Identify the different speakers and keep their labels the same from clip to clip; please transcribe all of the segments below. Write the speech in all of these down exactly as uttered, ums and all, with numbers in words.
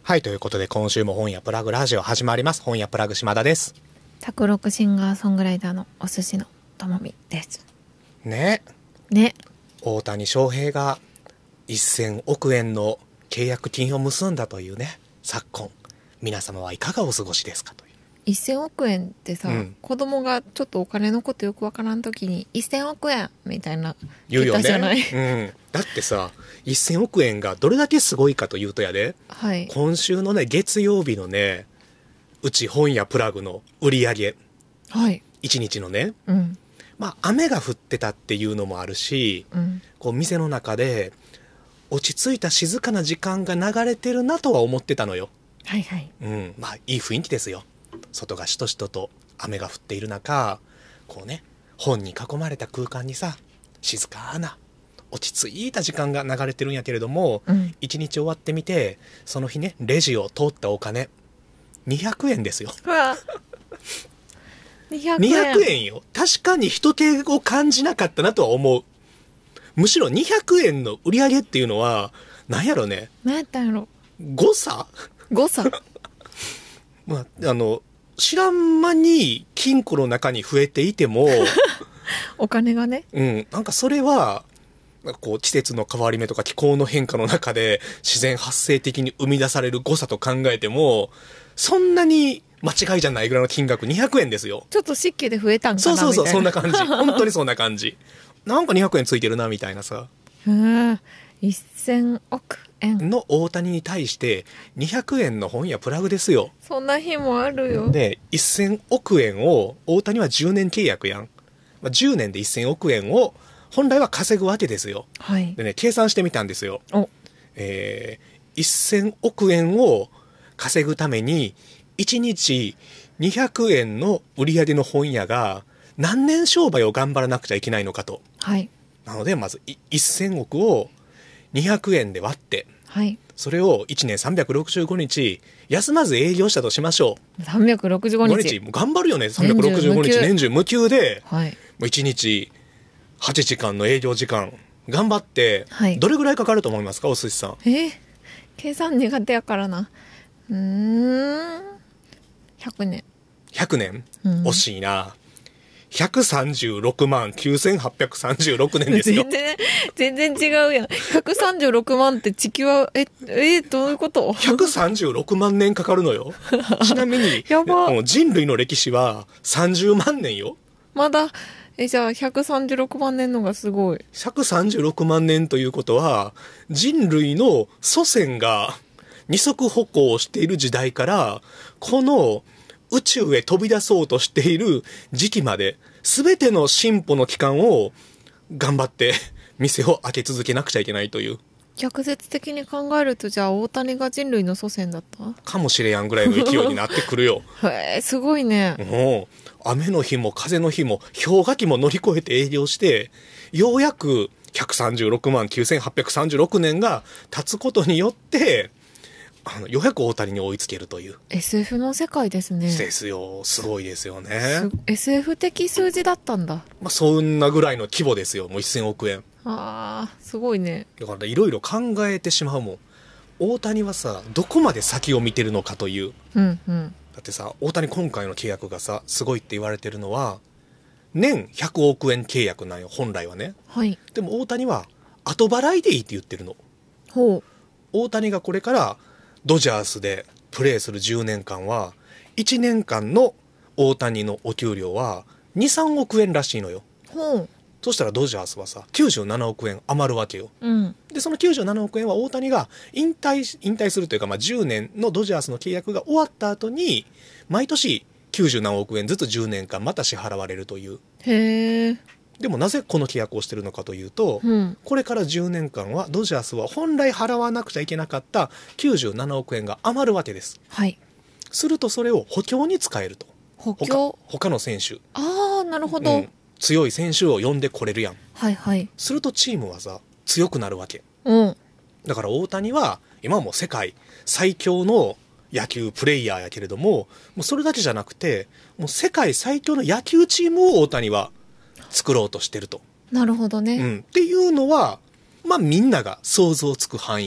Speaker 1: はい、ということで今週も本屋プラグラジオ始まります。本屋プラグ島田です。
Speaker 2: 卓録シンガーソングライターのお寿司のともみです。
Speaker 1: ね。
Speaker 2: ね。
Speaker 1: 大谷翔平がせんおくえんの契約金を結んだというね、昨今。皆様はいかがお過ごしですかという。
Speaker 2: せんおくえんってさ、うん、子供がちょっとお金のことよくわからんときにせんおくえんみたいな
Speaker 1: 言うよね。
Speaker 2: じゃない、
Speaker 1: うん、だってさせんおくえんがどれだけすごいかというとやで、
Speaker 2: はい、
Speaker 1: 今週のね月曜日のねうち本屋プラグの売り上げ、
Speaker 2: はい、
Speaker 1: いちにちのね、
Speaker 2: うん、
Speaker 1: まあ雨が降ってたっていうのもあるし、
Speaker 2: うん、
Speaker 1: こう店の中で落ち着いた静かな時間が流れてるなとは思ってたのよ。
Speaker 2: はいはい、
Speaker 1: うん、まあいい雰囲気ですよ。外がしとしとと雨が降っている中、こうね本に囲まれた空間にさ静かな落ち着いた時間が流れてるんやけれども、
Speaker 2: うん、
Speaker 1: 一日終わってみてその日ねレジを通ったお金にひゃくえんですよ。
Speaker 2: うわにひゃくえん、
Speaker 1: にひゃくえんよ。確かに人気を感じなかったなとは思う。むしろにひゃくえんの売り上げっていうのは何やろね、
Speaker 2: 何やったんやろ、
Speaker 1: 誤差
Speaker 2: 誤差
Speaker 1: まあ、あの知らん間に金庫の中に増えていても
Speaker 2: お金がね、
Speaker 1: うん、なんかそれはなんかこう季節の変わり目とか気候の変化の中で自然発生的に生み出される誤差と考えてもそんなに間違いじゃないぐらいの金額にひゃくえんですよ。
Speaker 2: ちょっと湿気で増えたんかなみたいな。
Speaker 1: そうそうそう、そんな感じ本当にそんな感じなんかにひゃくえんついてるなみたいなさ、
Speaker 2: うんせんおくえん
Speaker 1: の大谷に対してにひゃくえんの本やプラグですよ。
Speaker 2: そんな日もあるよ。
Speaker 1: でせんおくえんを大谷はじゅうねん契約やん、まあ、じゅうねんでせんおくえんを本来は稼ぐわけですよ。
Speaker 2: はい、
Speaker 1: でね計算してみたんですよ。
Speaker 2: お、
Speaker 1: えー、せんおくえんを稼ぐためにいちにちにひゃくえんの売り上げの本屋が何年商売を頑張らなくちゃいけないのかと。
Speaker 2: はい、
Speaker 1: なのでまずせんおくをにひゃくえんで割って、
Speaker 2: はい、
Speaker 1: それをいちねんさんびゃくろくじゅうごにち休まず営業したとしましょ
Speaker 2: う。さんびゃくろくじゅうごにち
Speaker 1: もう頑張るよね。さんびゃくろくじゅうごにち年中無休で、
Speaker 2: はい、
Speaker 1: もういちにちはちじかんの営業時間頑張って、
Speaker 2: はい、
Speaker 1: どれぐらいかかると思いますかお寿司さん。
Speaker 2: えー、計算苦手やからな。うーんひゃくねん。
Speaker 1: ひゃくねん、うん、惜しいな。ひゃくさんじゅうろくまんきゅうせんはっぴゃくさんじゅうろくねんですよ。
Speaker 2: 全然、全然違うやん。ひゃくさんじゅうろくまんって地球は、え、え、どういうこと？
Speaker 1: ひゃくさんじゅうろくまんねんかかるのよ。ちなみに、
Speaker 2: やば。
Speaker 1: もう人類の歴史はさんじゅうまんねんよ。
Speaker 2: まだ、え、じゃあひゃくさんじゅうろくまんねんのがすごい。
Speaker 1: ひゃくさんじゅうろくまんねんということは、人類の祖先が二足歩行をしている時代から、この宇宙へ飛び出そうとしている時期まで、すべての進歩の期間を頑張って店を開け続けなくちゃいけないという。
Speaker 2: 逆説的に考えると、じゃあ大谷が人類の祖先だった
Speaker 1: かもしれやんぐらいの勢いになってくるよ。
Speaker 2: へえ、すごいね。
Speaker 1: もう雨の日も風の日も氷河期も乗り越えて営業して、ようやくひゃくさんじゅうろくまんきゅうせんはっぴゃくさんじゅうろくねんが経つことによってあのようやく大谷に追いつけるという
Speaker 2: エスエフ の世界ですね。
Speaker 1: ですよ。すごいですよね。
Speaker 2: エスエフ 的数字だったんだ。
Speaker 1: まあ、そんなぐらいの規模ですよ。もうせんおくえん。
Speaker 2: あーすごいね。
Speaker 1: だからいろいろ考えてしまうもん。大谷はさどこまで先を見てるのかという、
Speaker 2: うんうん、
Speaker 1: だってさ大谷今回の契約がさすごいって言われてるのは年ひゃくおくえん契約なんよ本来はね、
Speaker 2: はい、
Speaker 1: でも大谷は後払いでいいって言ってるの。
Speaker 2: ほう。
Speaker 1: 大谷がこれからドジャースでプレーするじゅうねんかんはいちねんかんの大谷のお給料はにさんおくえんらしいのよ。
Speaker 2: ほう。
Speaker 1: そしたらドジャースはさきゅうじゅうななおくえん余るわけよ、
Speaker 2: うん、
Speaker 1: でそのきゅうじゅうななおくえんは大谷が引退引退するというか、まあ、じゅうねんのドジャースの契約が終わった後に毎年きゅうじゅうなんおくえんずつじゅうねんかんまた支払われるという。
Speaker 2: へえ。
Speaker 1: でもなぜこの契約をしてるのかというと、
Speaker 2: うん、
Speaker 1: これからじゅうねんかんはドジャースは本来払わなくちゃいけなかったきゅうじゅうななおくえんが余るわけです。
Speaker 2: はい。
Speaker 1: するとそれを補強に使えると。
Speaker 2: 補強。
Speaker 1: 他, 他の選手、
Speaker 2: ああなるほど、
Speaker 1: うん、強い選手を呼んでこれるやん。
Speaker 2: はいはい。
Speaker 1: するとチームはさ強くなるわけ。
Speaker 2: うん。
Speaker 1: だから大谷は今も世界最強の野球プレイヤーやけれども、もうそれだけじゃなくてもう世界最強の野球チームを大谷は作ろうとしてると。
Speaker 2: なるほどね、
Speaker 1: うん、っていうのはまあみんなが想像つく範囲よ。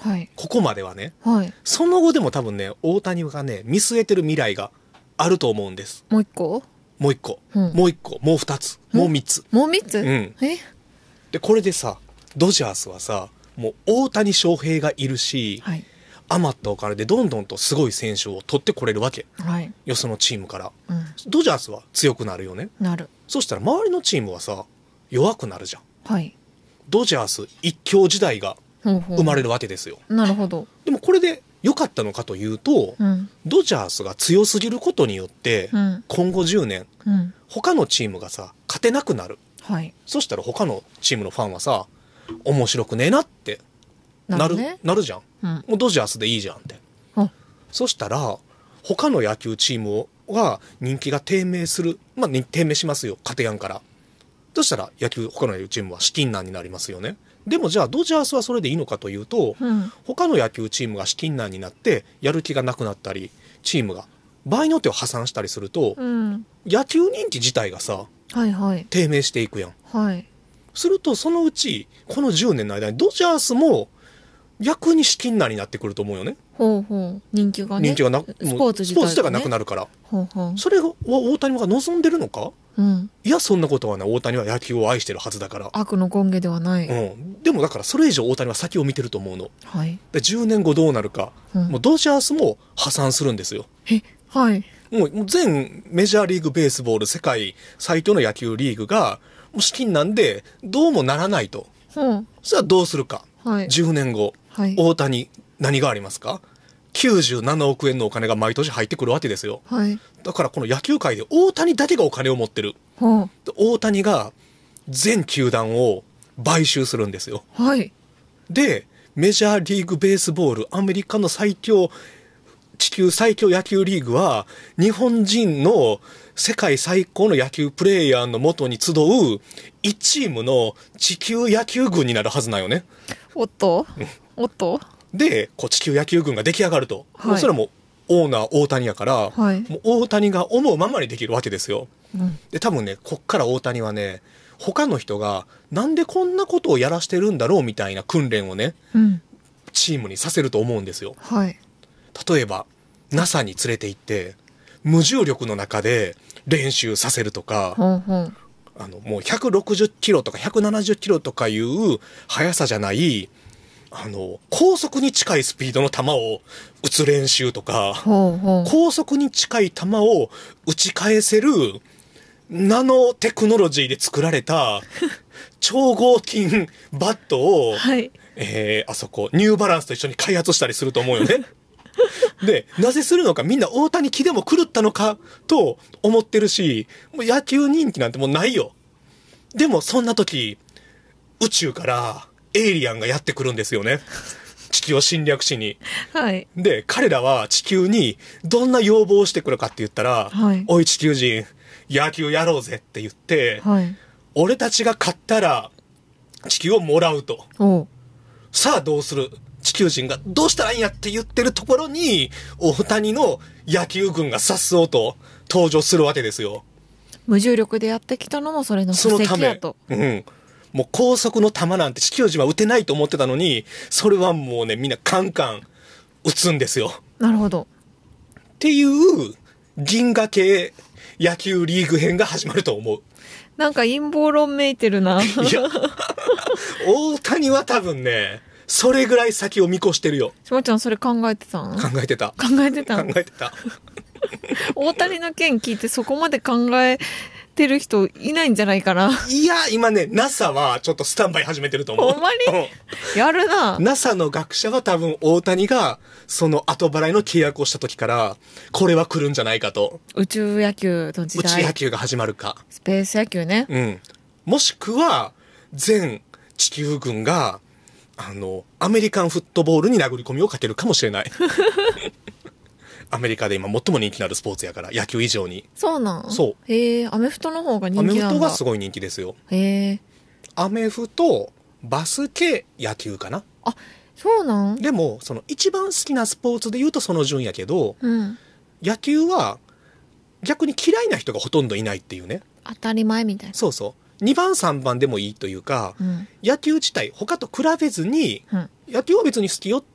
Speaker 2: はい。
Speaker 1: ここまではね。
Speaker 2: はい。
Speaker 1: その後でも多分ね、大谷がね、見据えてる未来があると思うんです。
Speaker 2: もう一個
Speaker 1: もう一個。
Speaker 2: うん
Speaker 1: もう一個。もう二つ。もう三つ。
Speaker 2: もう三つ
Speaker 1: うん。
Speaker 2: え
Speaker 1: で、これでさ、ドジャースはさ、もう大谷翔平がいるし、
Speaker 2: はい。
Speaker 1: 余ったお金でどんどんとすごい選手を取ってこれるわけ。
Speaker 2: はい。
Speaker 1: よそのチームから。
Speaker 2: うん。
Speaker 1: ドジャースは強くなるよね。
Speaker 2: なる。
Speaker 1: そしたら周りのチームはさ、弱くなるじゃん。
Speaker 2: はい。
Speaker 1: ドジャース一強時代が
Speaker 2: ほうほう
Speaker 1: 生まれるわけですよ。
Speaker 2: なるほど。
Speaker 1: でもこれで良かったのかというと、
Speaker 2: うん。
Speaker 1: ドジャースが強すぎることによって、
Speaker 2: うん
Speaker 1: 今後じゅうねん、
Speaker 2: うん。
Speaker 1: 他のチームがさ、勝てなくなる。
Speaker 2: はい。
Speaker 1: そしたら他のチームのファンはさ、面白くねえなってなる、
Speaker 2: なるね。
Speaker 1: なるじゃん。
Speaker 2: うん。
Speaker 1: もうドジャースでいいじゃんって。
Speaker 2: あ、
Speaker 1: そしたら、他の野球チームが人気が低迷する。まあ、に低迷しますよ。勝てやんから。そしたら野球、他の野球チームは資金難になりますよね。でもじゃあドジャースはそれでいいのかというと、
Speaker 2: うん。
Speaker 1: 他の野球チームが資金難になってやる気がなくなったり、チームが場合によっては破産したりすると、
Speaker 2: うん。
Speaker 1: 野球人気自体がさ、
Speaker 2: はいはい。
Speaker 1: 低迷していくやん。
Speaker 2: はい。
Speaker 1: するとそのうち、このじゅうねんの間にドジャースも逆に資金難になってくると思うよね。
Speaker 2: ほうほう。人気がね。
Speaker 1: 人気がな、もう
Speaker 2: スポーツ自体がね
Speaker 1: スポーツ自体がなくなるから。
Speaker 2: ほうほ
Speaker 1: それは大谷が望んでるのか？
Speaker 2: う。うん。
Speaker 1: いや、そんなことはない。大谷は野球を愛してるはずだから。
Speaker 2: 悪の権下ではない。
Speaker 1: うん。でもだからそれ以上大谷は先を見てると思うの。
Speaker 2: はい。
Speaker 1: で、じゅうねんごどうなるか。
Speaker 2: うん
Speaker 1: もうドジャースも破産するんですよ。
Speaker 2: え、はい。
Speaker 1: もうもう全メジャーリーグベースボール世界最強の野球リーグが、もう資金なんでどうもならないと。
Speaker 2: ほう。
Speaker 1: それはどうするか。
Speaker 2: はい。
Speaker 1: じゅうねんご、
Speaker 2: はい。
Speaker 1: 大谷何がありますか？ きゅうじゅうななおくえんのお金が毎年入ってくるわけですよ。
Speaker 2: はい。
Speaker 1: だからこの野球界で大谷だけがお金を持ってる。
Speaker 2: ほう。
Speaker 1: で大谷が全球団を買収するんですよ。
Speaker 2: はい。
Speaker 1: で、メジャーリーグベースボール、アメリカの最強、地球最強野球リーグは、日本人の世界最高の野球プレイヤーのもとに集ういちチームの地球野球軍になるはずなんよね。
Speaker 2: おっとおっと
Speaker 1: で、こう地球野球軍が出来上がると。
Speaker 2: はい
Speaker 1: もうそれはもうオーナー大谷やから、
Speaker 2: はい
Speaker 1: もう大谷が思うままにできるわけですよ。
Speaker 2: うん。
Speaker 1: で、多分ね、こっから大谷はね、他の人がなんでこんなことをやらしてるんだろうみたいな訓練をね、
Speaker 2: うん。
Speaker 1: チームにさせると思うんですよ。
Speaker 2: はい。
Speaker 1: 例えば、ナサ に連れて行って、無重力の中で練習させるとか、
Speaker 2: ほうほう。
Speaker 1: あの、もうひゃくろくじゅっキロとかひゃくななじゅっキロとかいう速さじゃない、あの、高速に近いスピードの球を打つ練習とか、
Speaker 2: ほうほう。
Speaker 1: 高速に近い球を打ち返せるナノテクノロジーで作られた超合金バットを、
Speaker 2: はい。
Speaker 1: えー、あそこ、ニューバランスと一緒に開発したりすると思うよね。で、なぜするのか、みんな大谷気でも狂ったのかと思ってるし、もう野球人気なんてもうないよ。でもそんな時、宇宙からエイリアンがやってくるんですよね。地球を侵略しに。
Speaker 2: はい。
Speaker 1: で、彼らは地球にどんな要望をしてくるかって言ったら、
Speaker 2: はい
Speaker 1: おい地球人、野球やろうぜって言って、
Speaker 2: はい。
Speaker 1: 俺たちが勝ったら地球をもらうと。
Speaker 2: おう。
Speaker 1: さあどうする？地球人がどうしたらいいんやって言ってるところに、大谷の野球軍がさっそうと登場するわけですよ。
Speaker 2: 無重力でやってきたのもそれの布
Speaker 1: そのため
Speaker 2: 石やと。、
Speaker 1: うん。もう高速の球なんて地球人は打てないと思ってたのに、それはもうね、みんなカンカン打つんですよ。
Speaker 2: なるほど。
Speaker 1: っていう銀河系野球リーグ編が始まると思う。
Speaker 2: なんか陰謀論めいてるな。
Speaker 1: いや、大谷は多分ね、それぐらい先を見越してるよ。
Speaker 2: しまちゃんそれ考えてたん考
Speaker 1: 考えてた。
Speaker 2: えてたん
Speaker 1: 考えてた。
Speaker 2: 大谷の件聞いてそこまで考えてる人いないんじゃないかな。
Speaker 1: いや、今ね、ナサ はちょっとスタンバイ始めてると思う。
Speaker 2: ほんまに
Speaker 1: うん
Speaker 2: やるな。
Speaker 1: ナサ の学者は多分大谷がその後払いの契約をした時からこれは来るんじゃないかと。
Speaker 2: 宇宙野球の時
Speaker 1: 宇宙
Speaker 2: 代。
Speaker 1: 野球が始まるか。
Speaker 2: スペース野球ね。
Speaker 1: うん。もしくは全地球軍があのアメリカンフットボールに殴り込みをかけるかもしれない。アメリカで今最も人気のあるスポーツやから野球以上に。
Speaker 2: そうなん
Speaker 1: そう。
Speaker 2: へえ、アメフトの方が人
Speaker 1: アメフ
Speaker 2: 気なんだ。
Speaker 1: トがすごい人気ですよ。
Speaker 2: へえ。
Speaker 1: アメフト、バスケ、野球かな。
Speaker 2: あ、そうなん
Speaker 1: でもその一番好きなスポーツで言うとその順やけど、
Speaker 2: うん。
Speaker 1: 野球は逆に嫌いな人がほとんどいないっていうね。
Speaker 2: 当たり前みたいな。
Speaker 1: そうそう。にばんさんばんでもいいというか、
Speaker 2: うん。
Speaker 1: 野球自体他と比べずに、
Speaker 2: うん。
Speaker 1: 野球は別に好きよっ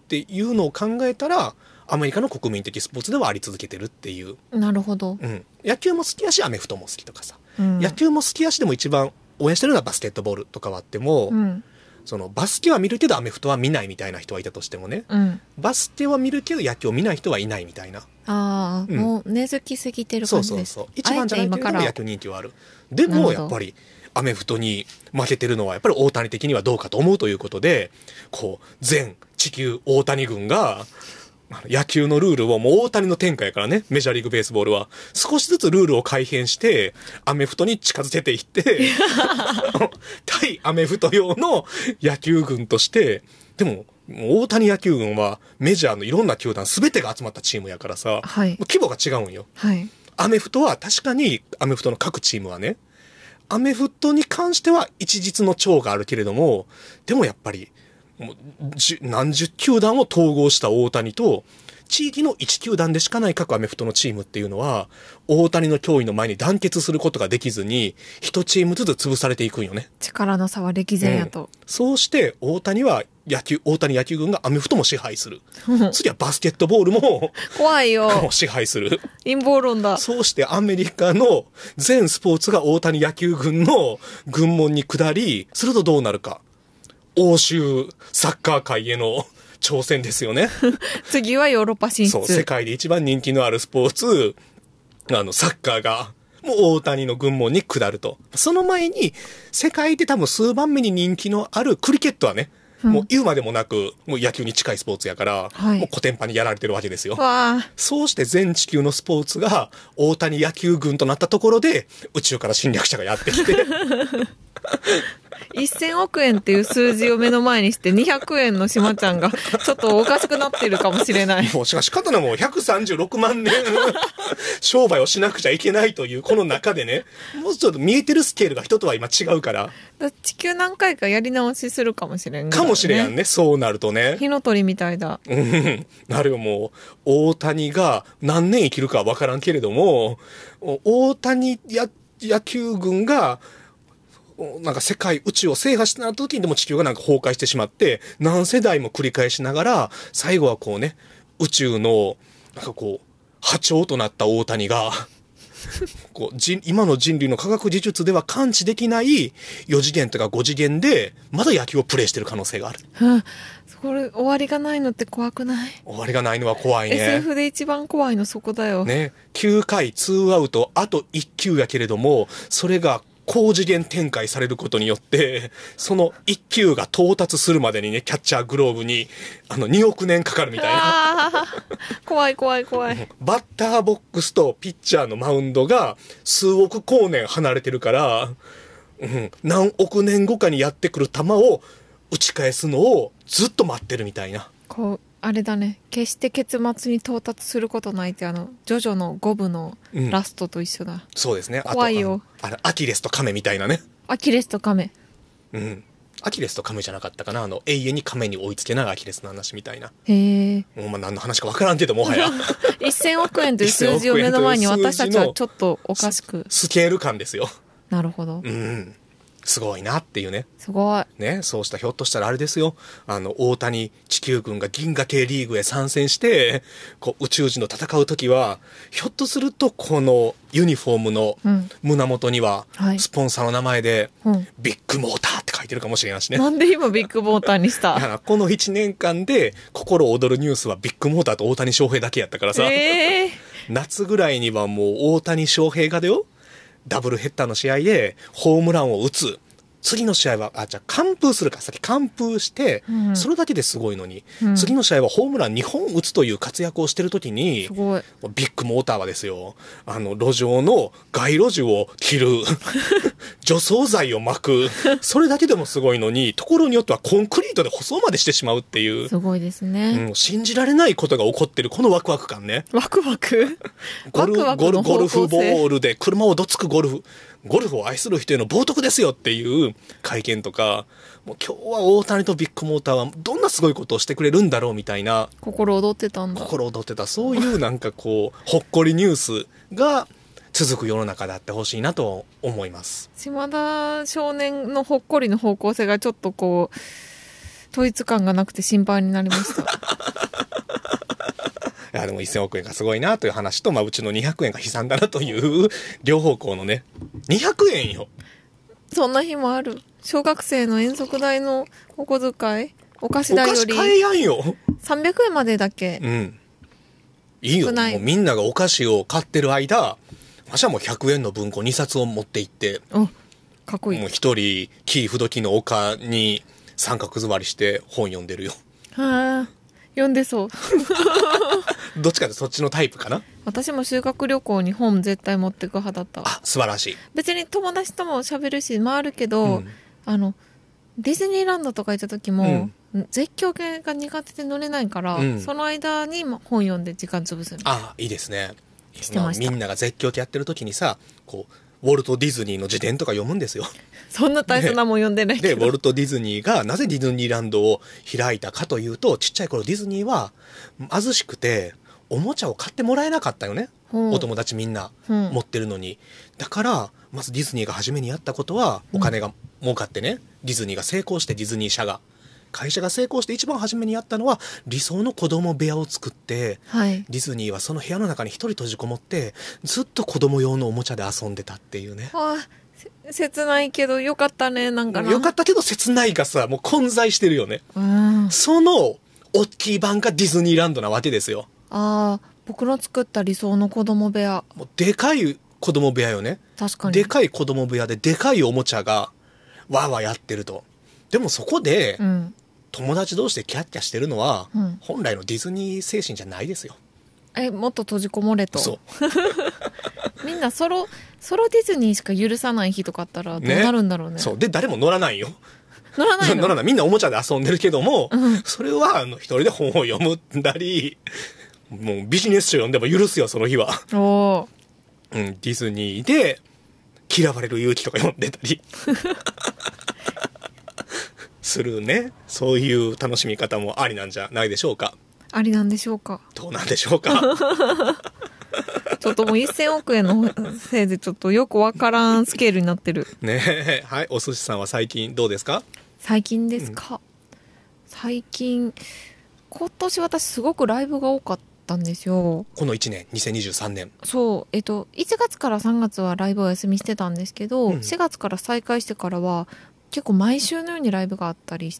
Speaker 1: っていうのを考えたら、アメリカの国民的スポーツではあり続けてるっていう。
Speaker 2: なるほど。
Speaker 1: うん。野球も好きやし、アメフトも好きとかさ。
Speaker 2: うん、
Speaker 1: 野球も好きやし、でも一番応援してるのはバスケットボールとかはあっても、うん、そのバスケは見るけどアメフトは見ないみたいな人はいたとしてもね、うん、バスケは見るけど野球を見ない人はいないみたいな。
Speaker 2: ああ、うん、もう根付きすぎてる感じです。
Speaker 1: そうそうそう。一番じゃないけれども野球人気はある。でもやっぱりアメフトに負けてるのはやっぱり大谷的にはどうかと思うということで、こう全地球大谷軍が野球のルールをもう大谷の天下やからね、メジャーリーグベースボールは少しずつルールを改変してアメフトに近づけていって対アメフト用の野球軍として、でも大谷野球軍はメジャーのいろんな球団全てが集まったチームやからさ、はい、規模が違うんよ、はい、アメフトは確かにアメフトの各チームはね、アメフトに関しては一日の長があるけれども、でもやっぱりもう何十球団を統合した大谷と地域の一球団でしかない各アメフトのチームっていうのは大谷の脅威の前に団結することができずに一チームずつ潰されていくんよね。
Speaker 2: 力の差は歴然やと、うん、
Speaker 1: そうして大谷は野球大谷野球軍がアメフトも支配する次はバスケットボールも
Speaker 2: 怖いよ
Speaker 1: 支配する
Speaker 2: 陰謀論だ。
Speaker 1: そうしてアメリカの全スポーツが大谷野球軍の軍門に下りするとどうなるか、欧州サッカー界への挑戦ですよね
Speaker 2: 次はヨーロッパ進出。
Speaker 1: そう、世界で一番人気のあるスポーツ、あのサッカーがもう大谷の軍門に下ると。その前に世界で多分数番目に人気のあるクリケットはね、うん、もう言うまでもなくもう野球に近いスポーツやから、はい、もうコテンパンにやられてるわけですよ。そうして全地球のスポーツが大谷野球軍となったところで宇宙から侵略者がやってきて
Speaker 2: せんおくえんっていう数字を目の前にしてにひゃくえんのしまちゃんがちょっとおかしくなってるかもしれない。
Speaker 1: もうしかし方のもうひゃくさんじゅうろくまんねん商売をしなくちゃいけないというこの中でね、もうちょっと見えてるスケールが人とは今違うから、
Speaker 2: だ地球何回かやり直しするかもしれん、
Speaker 1: ね、かもしれんね。そうなるとね、
Speaker 2: 火の鳥みたいだ。
Speaker 1: うんなるよ。もう大谷が何年生きるかは分からんけれども、大谷や野球軍がなんか世界宇宙を制覇してなった時にでも地球がなんか崩壊してしまって何世代も繰り返しながら最後はこうね、宇宙のなんかこう波長となった大谷がこうじ今の人類の科学技術では感知できないよ次元とかご次元でまだ野球をプレイしてる可能性がある。
Speaker 2: はあ、それ終わりがないのって怖くない？
Speaker 1: 終わりがないのは怖いね。
Speaker 2: エスエフ で一番怖いのそこだよ
Speaker 1: ね。きゅうかいツーアウトあといっ球やけれどもそれが高次元展開されることによってそのいっ球が到達するまでにね、キャッチャーグローブにあのにおくねんかかるみたいな
Speaker 2: 怖い怖い怖い。
Speaker 1: バッターボックスとピッチャーのマウンドが数億光年離れてるから、うん、何億年後かにやってくる球を打ち返すのをずっと待ってるみたいな。
Speaker 2: こうあれだね、決して結末に到達することないってあのジョジョのごぶのラストと一緒だ、うん、
Speaker 1: そうですね。
Speaker 2: 怖いよ。
Speaker 1: あとあのアキレスとカメみたいなね。
Speaker 2: アキレスとカメ、
Speaker 1: うんアキレスとカメじゃなかったかな、あの永遠にカメに追いつけないアキレスの話みたいな。
Speaker 2: へえ。
Speaker 1: もうまあ何の話か分からんけどもはや
Speaker 2: せんおくえんという数字を目の前に私たちはちょっとおかしく
Speaker 1: スケール感ですよ。
Speaker 2: なるほど。
Speaker 1: うんすごいなっていうね。
Speaker 2: すごい
Speaker 1: ね。そうしたひょっとしたらあれですよ、あの大谷地球軍が銀河系リーグへ参戦してこう宇宙人と戦う時はひょっとするとこのユニフォームの胸元にはスポンサーの名前で、うんはい、ビッグモーターって書いてるかもしれないしね。
Speaker 2: なんで今ビッグモーターにした？
Speaker 1: このいちねんかんで心躍るニュースはビッグモーターと大谷翔平だけやったからさ、えー、夏ぐらいにはもう大谷翔平がだよ、ダブルヘッダーの試合でホームランを打つ。次の試合は、あ、じゃあ完封するか、先完封して、うん、それだけですごいのに、うん、次の試合はホームランにほん打つという活躍をしてるときに、
Speaker 2: すごい。
Speaker 1: ビッグモーターはですよ、あの、路上の街路樹を切る、除草剤を巻く、それだけでもすごいのに、ところによってはコンクリートで舗装までしてしまうっていう。
Speaker 2: すごいですね。
Speaker 1: うん、信じられないことが起こってる、このワクワク感ね。
Speaker 2: ワクワク
Speaker 1: ゴル
Speaker 2: ワクワクの
Speaker 1: ゴルフボールで車をどつくゴルフ。ゴルフを愛する人への冒涜ですよっていう会見とか、もう今日は大谷とビッグモーターはどんなすごいことをしてくれるんだろうみたいな。
Speaker 2: 心躍ってたんだ。
Speaker 1: 心躍ってた。そういうなんかこう、ほっこりニュースが続く世の中であってほしいなと思います。
Speaker 2: 島田少年のほっこりの方向性がちょっとこう、 統一感がなくて心配になりました。
Speaker 1: いやでもせんおくえんがすごいなという話と、まあ、うちのにひゃくえんが悲惨だなという両方向のね。にひゃくえんよ。
Speaker 2: そんな日もある。小学生の遠足代のお小遣い、お菓子代より
Speaker 1: お菓子買えやんよ。
Speaker 2: さんびゃくえんまでだけ。
Speaker 1: うん。いいよ。
Speaker 2: 少ない
Speaker 1: もうみんながお菓子を買ってる間、私はもうひゃくえんの文庫にさつを持って行って、
Speaker 2: お、かっこいい。
Speaker 1: もう一人、キー不時の丘に三角座りして本読んでるよ。
Speaker 2: はあ、読んでそう。
Speaker 1: どっちかってそっちのタイプかな。
Speaker 2: 私も修学旅行に本絶対持ってく派だった。
Speaker 1: あ、素晴らしい。
Speaker 2: 別に友達とも喋るし回るけど、
Speaker 1: うん、
Speaker 2: あのディズニーランドとか行った時も、うん、絶叫系が苦手で乗れないから、うん、その間に本読んで時間潰す。
Speaker 1: あ、いいですね。
Speaker 2: してました。
Speaker 1: まあ、みんなが絶叫系やってる時にさ、こうウォルト・ディズニーの自伝とか読むんですよ。
Speaker 2: そんな大切なもん読んでないけど、
Speaker 1: でウォルト・ディズニーがなぜディズニーランドを開いたかというと、ちっちゃい頃ディズニーは貧しくておもちゃを買ってもらえなかったよね、うん、お友達みんな持ってるのに、うん、だからまずディズニーが初めにやったことは、お金が儲かってね、うん、ディズニーが成功して、ディズニー社が会社が成功して一番初めにやったのは理想の子供部屋を作って、はい、ディズニーはその部屋の中に一人閉じこもってずっと子供用のおもちゃで遊んでたっていうね。
Speaker 2: はあ、切ないけどよかったね。なんかな、
Speaker 1: よかったけど切ないがさ、もう混在してるよね。うん、その大きい版がディズニーランドなわけですよ。
Speaker 2: ああ、僕の作った理想の子供部屋、
Speaker 1: もうでかい子供部屋よね。
Speaker 2: 確かに
Speaker 1: でかい子供部屋ででかいおもちゃがわーわーやってると。でもそこで、うん、友達同士でキャッキャしてるのは、うん、本来のディズニー精神じゃないですよ。
Speaker 2: え、もっと閉じこもれと。
Speaker 1: そう
Speaker 2: みんなソロソロディズニーしか許さない日とかあったらどうなるんだろう ね, ね。
Speaker 1: そうで、誰も乗らないよ。
Speaker 2: 乗らないの
Speaker 1: 乗らない。みんなおもちゃで遊んでるけども、うん、それはあの一人で本を読むんだり、もうビジネス書読んでも許すよ、その日は。お、うん、ディズニーで嫌われる勇気とか読んでたりするね。そういう楽しみ方もありなんじゃないでしょうか。
Speaker 2: ありなんでしょうか。
Speaker 1: どうなんでしょうか。
Speaker 2: ちょっともうせんおくえんのせいでちょっとよくわからんスケールになってる
Speaker 1: ねえ。はい、お寿司さんは最近どうですか？
Speaker 2: 最近ですか、うん、最近今年私すごくライブが多かったんですよ。
Speaker 1: このいちねん、にせんにじゅうさんねん。
Speaker 2: そう、えっといちがつからさんがつはライブをお休みしてたんですけど、うん、しがつから再開してからは結構毎週のようにライブがあったりして、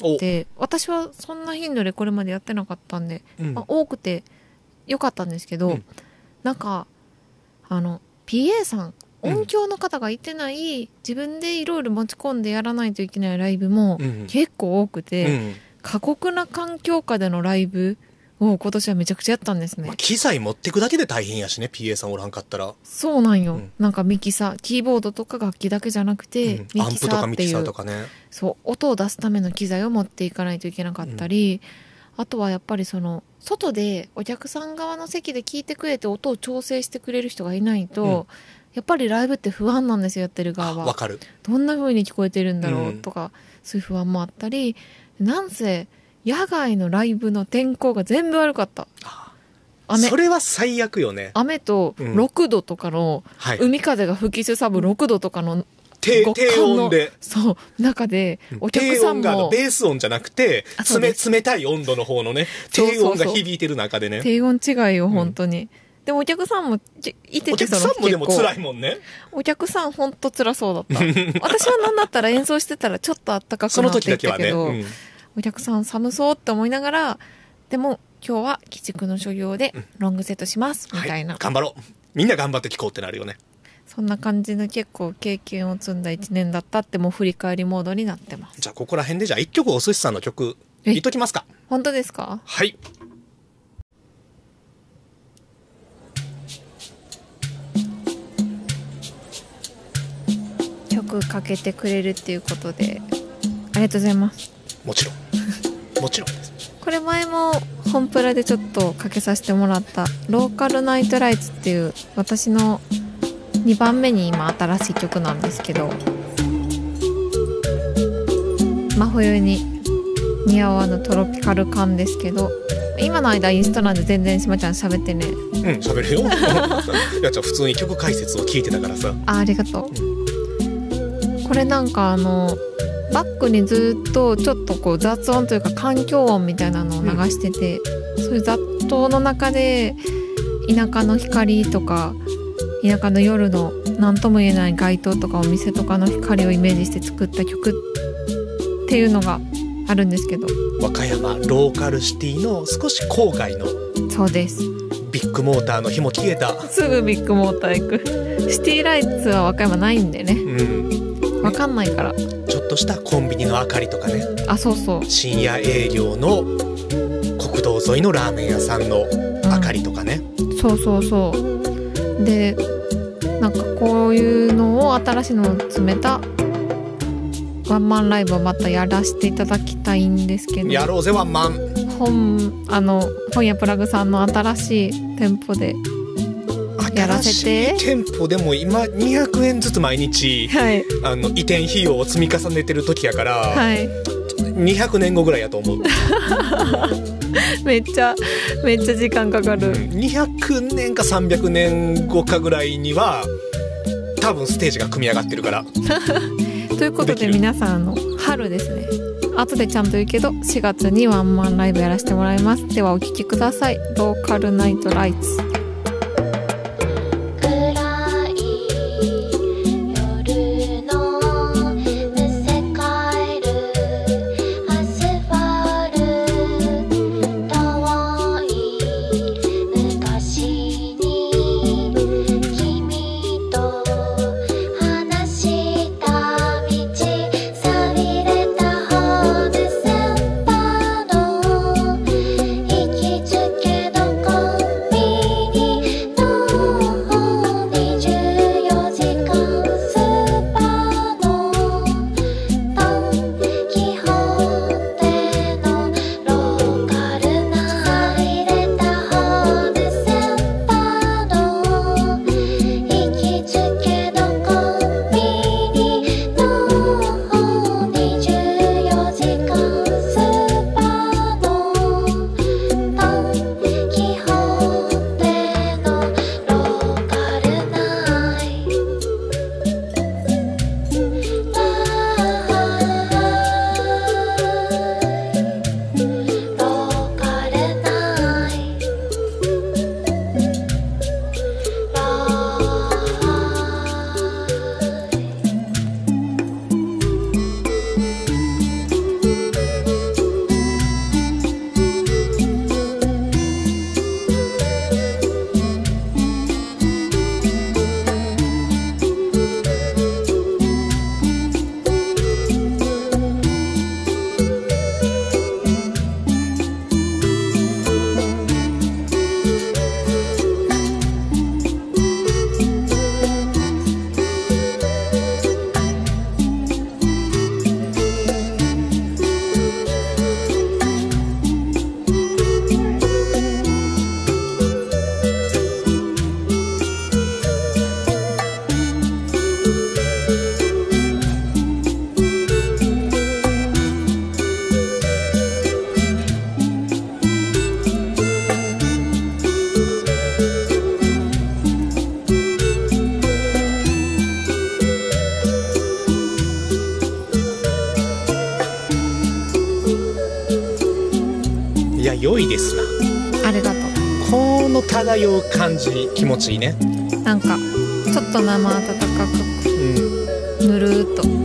Speaker 2: 私はそんな頻度でこれまでやってなかったんで、うん、まあ、多くてよかったんですけど、うん、なんかあの ピーエー さん、音響の方がいてない、うん、自分でいろいろ持ち込んでやらないといけないライブも結構多くて、うんうん、過酷な環境下でのライブを今年はめちゃくちゃやったんですね。
Speaker 1: まあ、機材持ってくだけで大変やしね、 ピーエー さんおらんかったら。
Speaker 2: そうなんよ、うん、なんかミキサー、キーボードとか楽器だけじゃなくて、うん、ミキサーっていう、アンプとかミキサーとかね、そう音を出すための機材を持っていかないといけなかったり、うん、あとはやっぱりその外でお客さん側の席で聞いてくれて音を調整してくれる人がいないと、うん、やっぱりライブって不安なんですよ、やってる側は。
Speaker 1: わかる。
Speaker 2: どんな風に聞こえてるんだろうとか、うん、そういう不安もあったり、なんせ野外のライブの天候が全部悪かった。
Speaker 1: 雨、それは最悪よね。
Speaker 2: 雨とろくどとかの、うん、海風が吹きすさぶろくどとかの
Speaker 1: 低音で、
Speaker 2: そう中でお客さんも
Speaker 1: 低音がベース音じゃなくて冷冷たい温度の方のね、低音が響いてる中でね、
Speaker 2: 低音違いよ本当に、うん、でもお客さんもいてて、お
Speaker 1: 客さんもでも辛いもんね。
Speaker 2: お客さん本当辛そうだった私は何だったら演奏してたらちょっとあったかくなってきたけど、ね、うん、お客さん寒そうって思いながら、でも今日は鬼畜の所業でロングセットします、うん、みたいな、
Speaker 1: はい、頑張ろう、みんな頑張って聴こうってなるよね。
Speaker 2: そんな感じの結構経験を積んだいちねんだったって、もう振り返りモードになってます。
Speaker 1: じゃあここら辺でじゃあいっきょくお寿司さんの曲言っときますか。
Speaker 2: 本当ですか？
Speaker 1: はい。
Speaker 2: 曲かけてくれるっていうことでありがとうございます。
Speaker 1: もちろんもちろんです。
Speaker 2: これ前もホンプラでちょっとかけさせてもらったローカルナイトライツっていう私のにばんめに今新しい曲なんですけど、真冬に似合わぬトロピカル感ですけど、今の間インストなんで全然しまちゃん喋ってね。
Speaker 1: うん、喋るよいや、じゃあ普通に曲解説を聞いてたからさ。
Speaker 2: あ、ありがとう、うん、これなんかあのバックにずっとちょっとこう雑音というか環境音みたいなのを流してて、うん、そういう雑踏の中で田舎の光とか田舎の夜の何とも言えない街灯とかお店とかの光をイメージして作った曲っていうのがあるんですけど、
Speaker 1: 和歌山ローカルシティの少し郊外の、
Speaker 2: そうです、
Speaker 1: ビッグモーターの紐消えた、
Speaker 2: すぐビッグモーター行く。シティライツは和歌山ないんでね、うん、分かんないから、
Speaker 1: ちょっとしたコンビニの明かりとかね、
Speaker 2: あ、そうそう、
Speaker 1: 深夜営業の国道沿いのラーメン屋さんの明かりとかね、
Speaker 2: うん、そうそうそうで、なんかこういうのを新しいのを詰めたワンマンライブをまたやらせていただきたいんですけど、
Speaker 1: やろうぜワンマン。
Speaker 2: 本あの本屋プラグさんの新しい店舗でやらせて、
Speaker 1: 新しい店舗でも今にひゃくえんずつ毎日、はい、あの移転費用を積み重ねてる時やから、はい、にひゃくねんごぐらいやと思う。
Speaker 2: めっちゃめっちゃ時間かかる、うん、
Speaker 1: にひゃくねんかさんびゃくねんごかぐらいには多分ステージが組み上がってるから
Speaker 2: ということで皆さん、あの春ですね、後でちゃんと言うけどしがつにワンマンライブやらせてもらいます。ではお聴きください。ローカルナイトライツ。
Speaker 1: 良いですな。
Speaker 2: ありがとう。
Speaker 1: この漂う感じ気持ちいいね。
Speaker 2: なんかちょっと生温かく、うん、ぬるーっと、うん、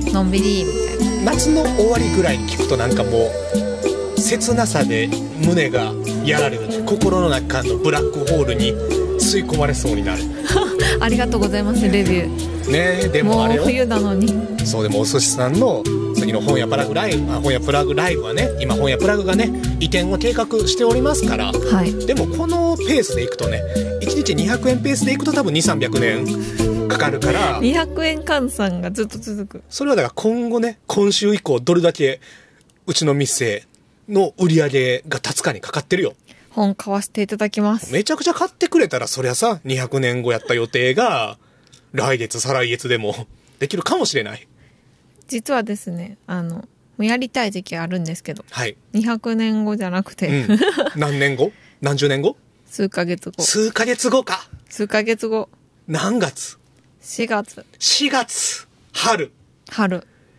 Speaker 2: のんびりみたいな。
Speaker 1: 夏の終わりぐらいに聞くとなんかもう切なさで胸がやられる、心の中のブラックホールに吸い込まれそうになる。
Speaker 2: ありがとうございます。レビュー
Speaker 1: ねえ。でもあれよ、
Speaker 2: もう冬なのに。
Speaker 1: そう、でもお寿司さんの次の本屋プラグライブ、本屋プラグライブはね、今本屋プラグがね移転を計画しておりますから、はい、でもこのペースでいくとね、いちにちにひゃくえんペースでいくと多分にせんさんびゃくねんかかるから
Speaker 2: にひゃくえん換算がずっと続く。
Speaker 1: それはだから今後ね、今週以降どれだけうちの店の売り上げが立つかにかかってるよ。
Speaker 2: 本買わせていただきます。
Speaker 1: めちゃくちゃ買ってくれたらそりゃさ、にひゃくねんごやった予定が来月再来月でもできるかもしれない。
Speaker 2: 実はですね、あのもうやりたい時期あるんですけど、
Speaker 1: はい、
Speaker 2: にひゃくねんごじゃなくて、
Speaker 1: うん、何年後何十年後
Speaker 2: 数ヶ月後
Speaker 1: 数ヶ月後か
Speaker 2: 数ヶ月後
Speaker 1: 何月
Speaker 2: しがつ
Speaker 1: しがつ春
Speaker 2: 春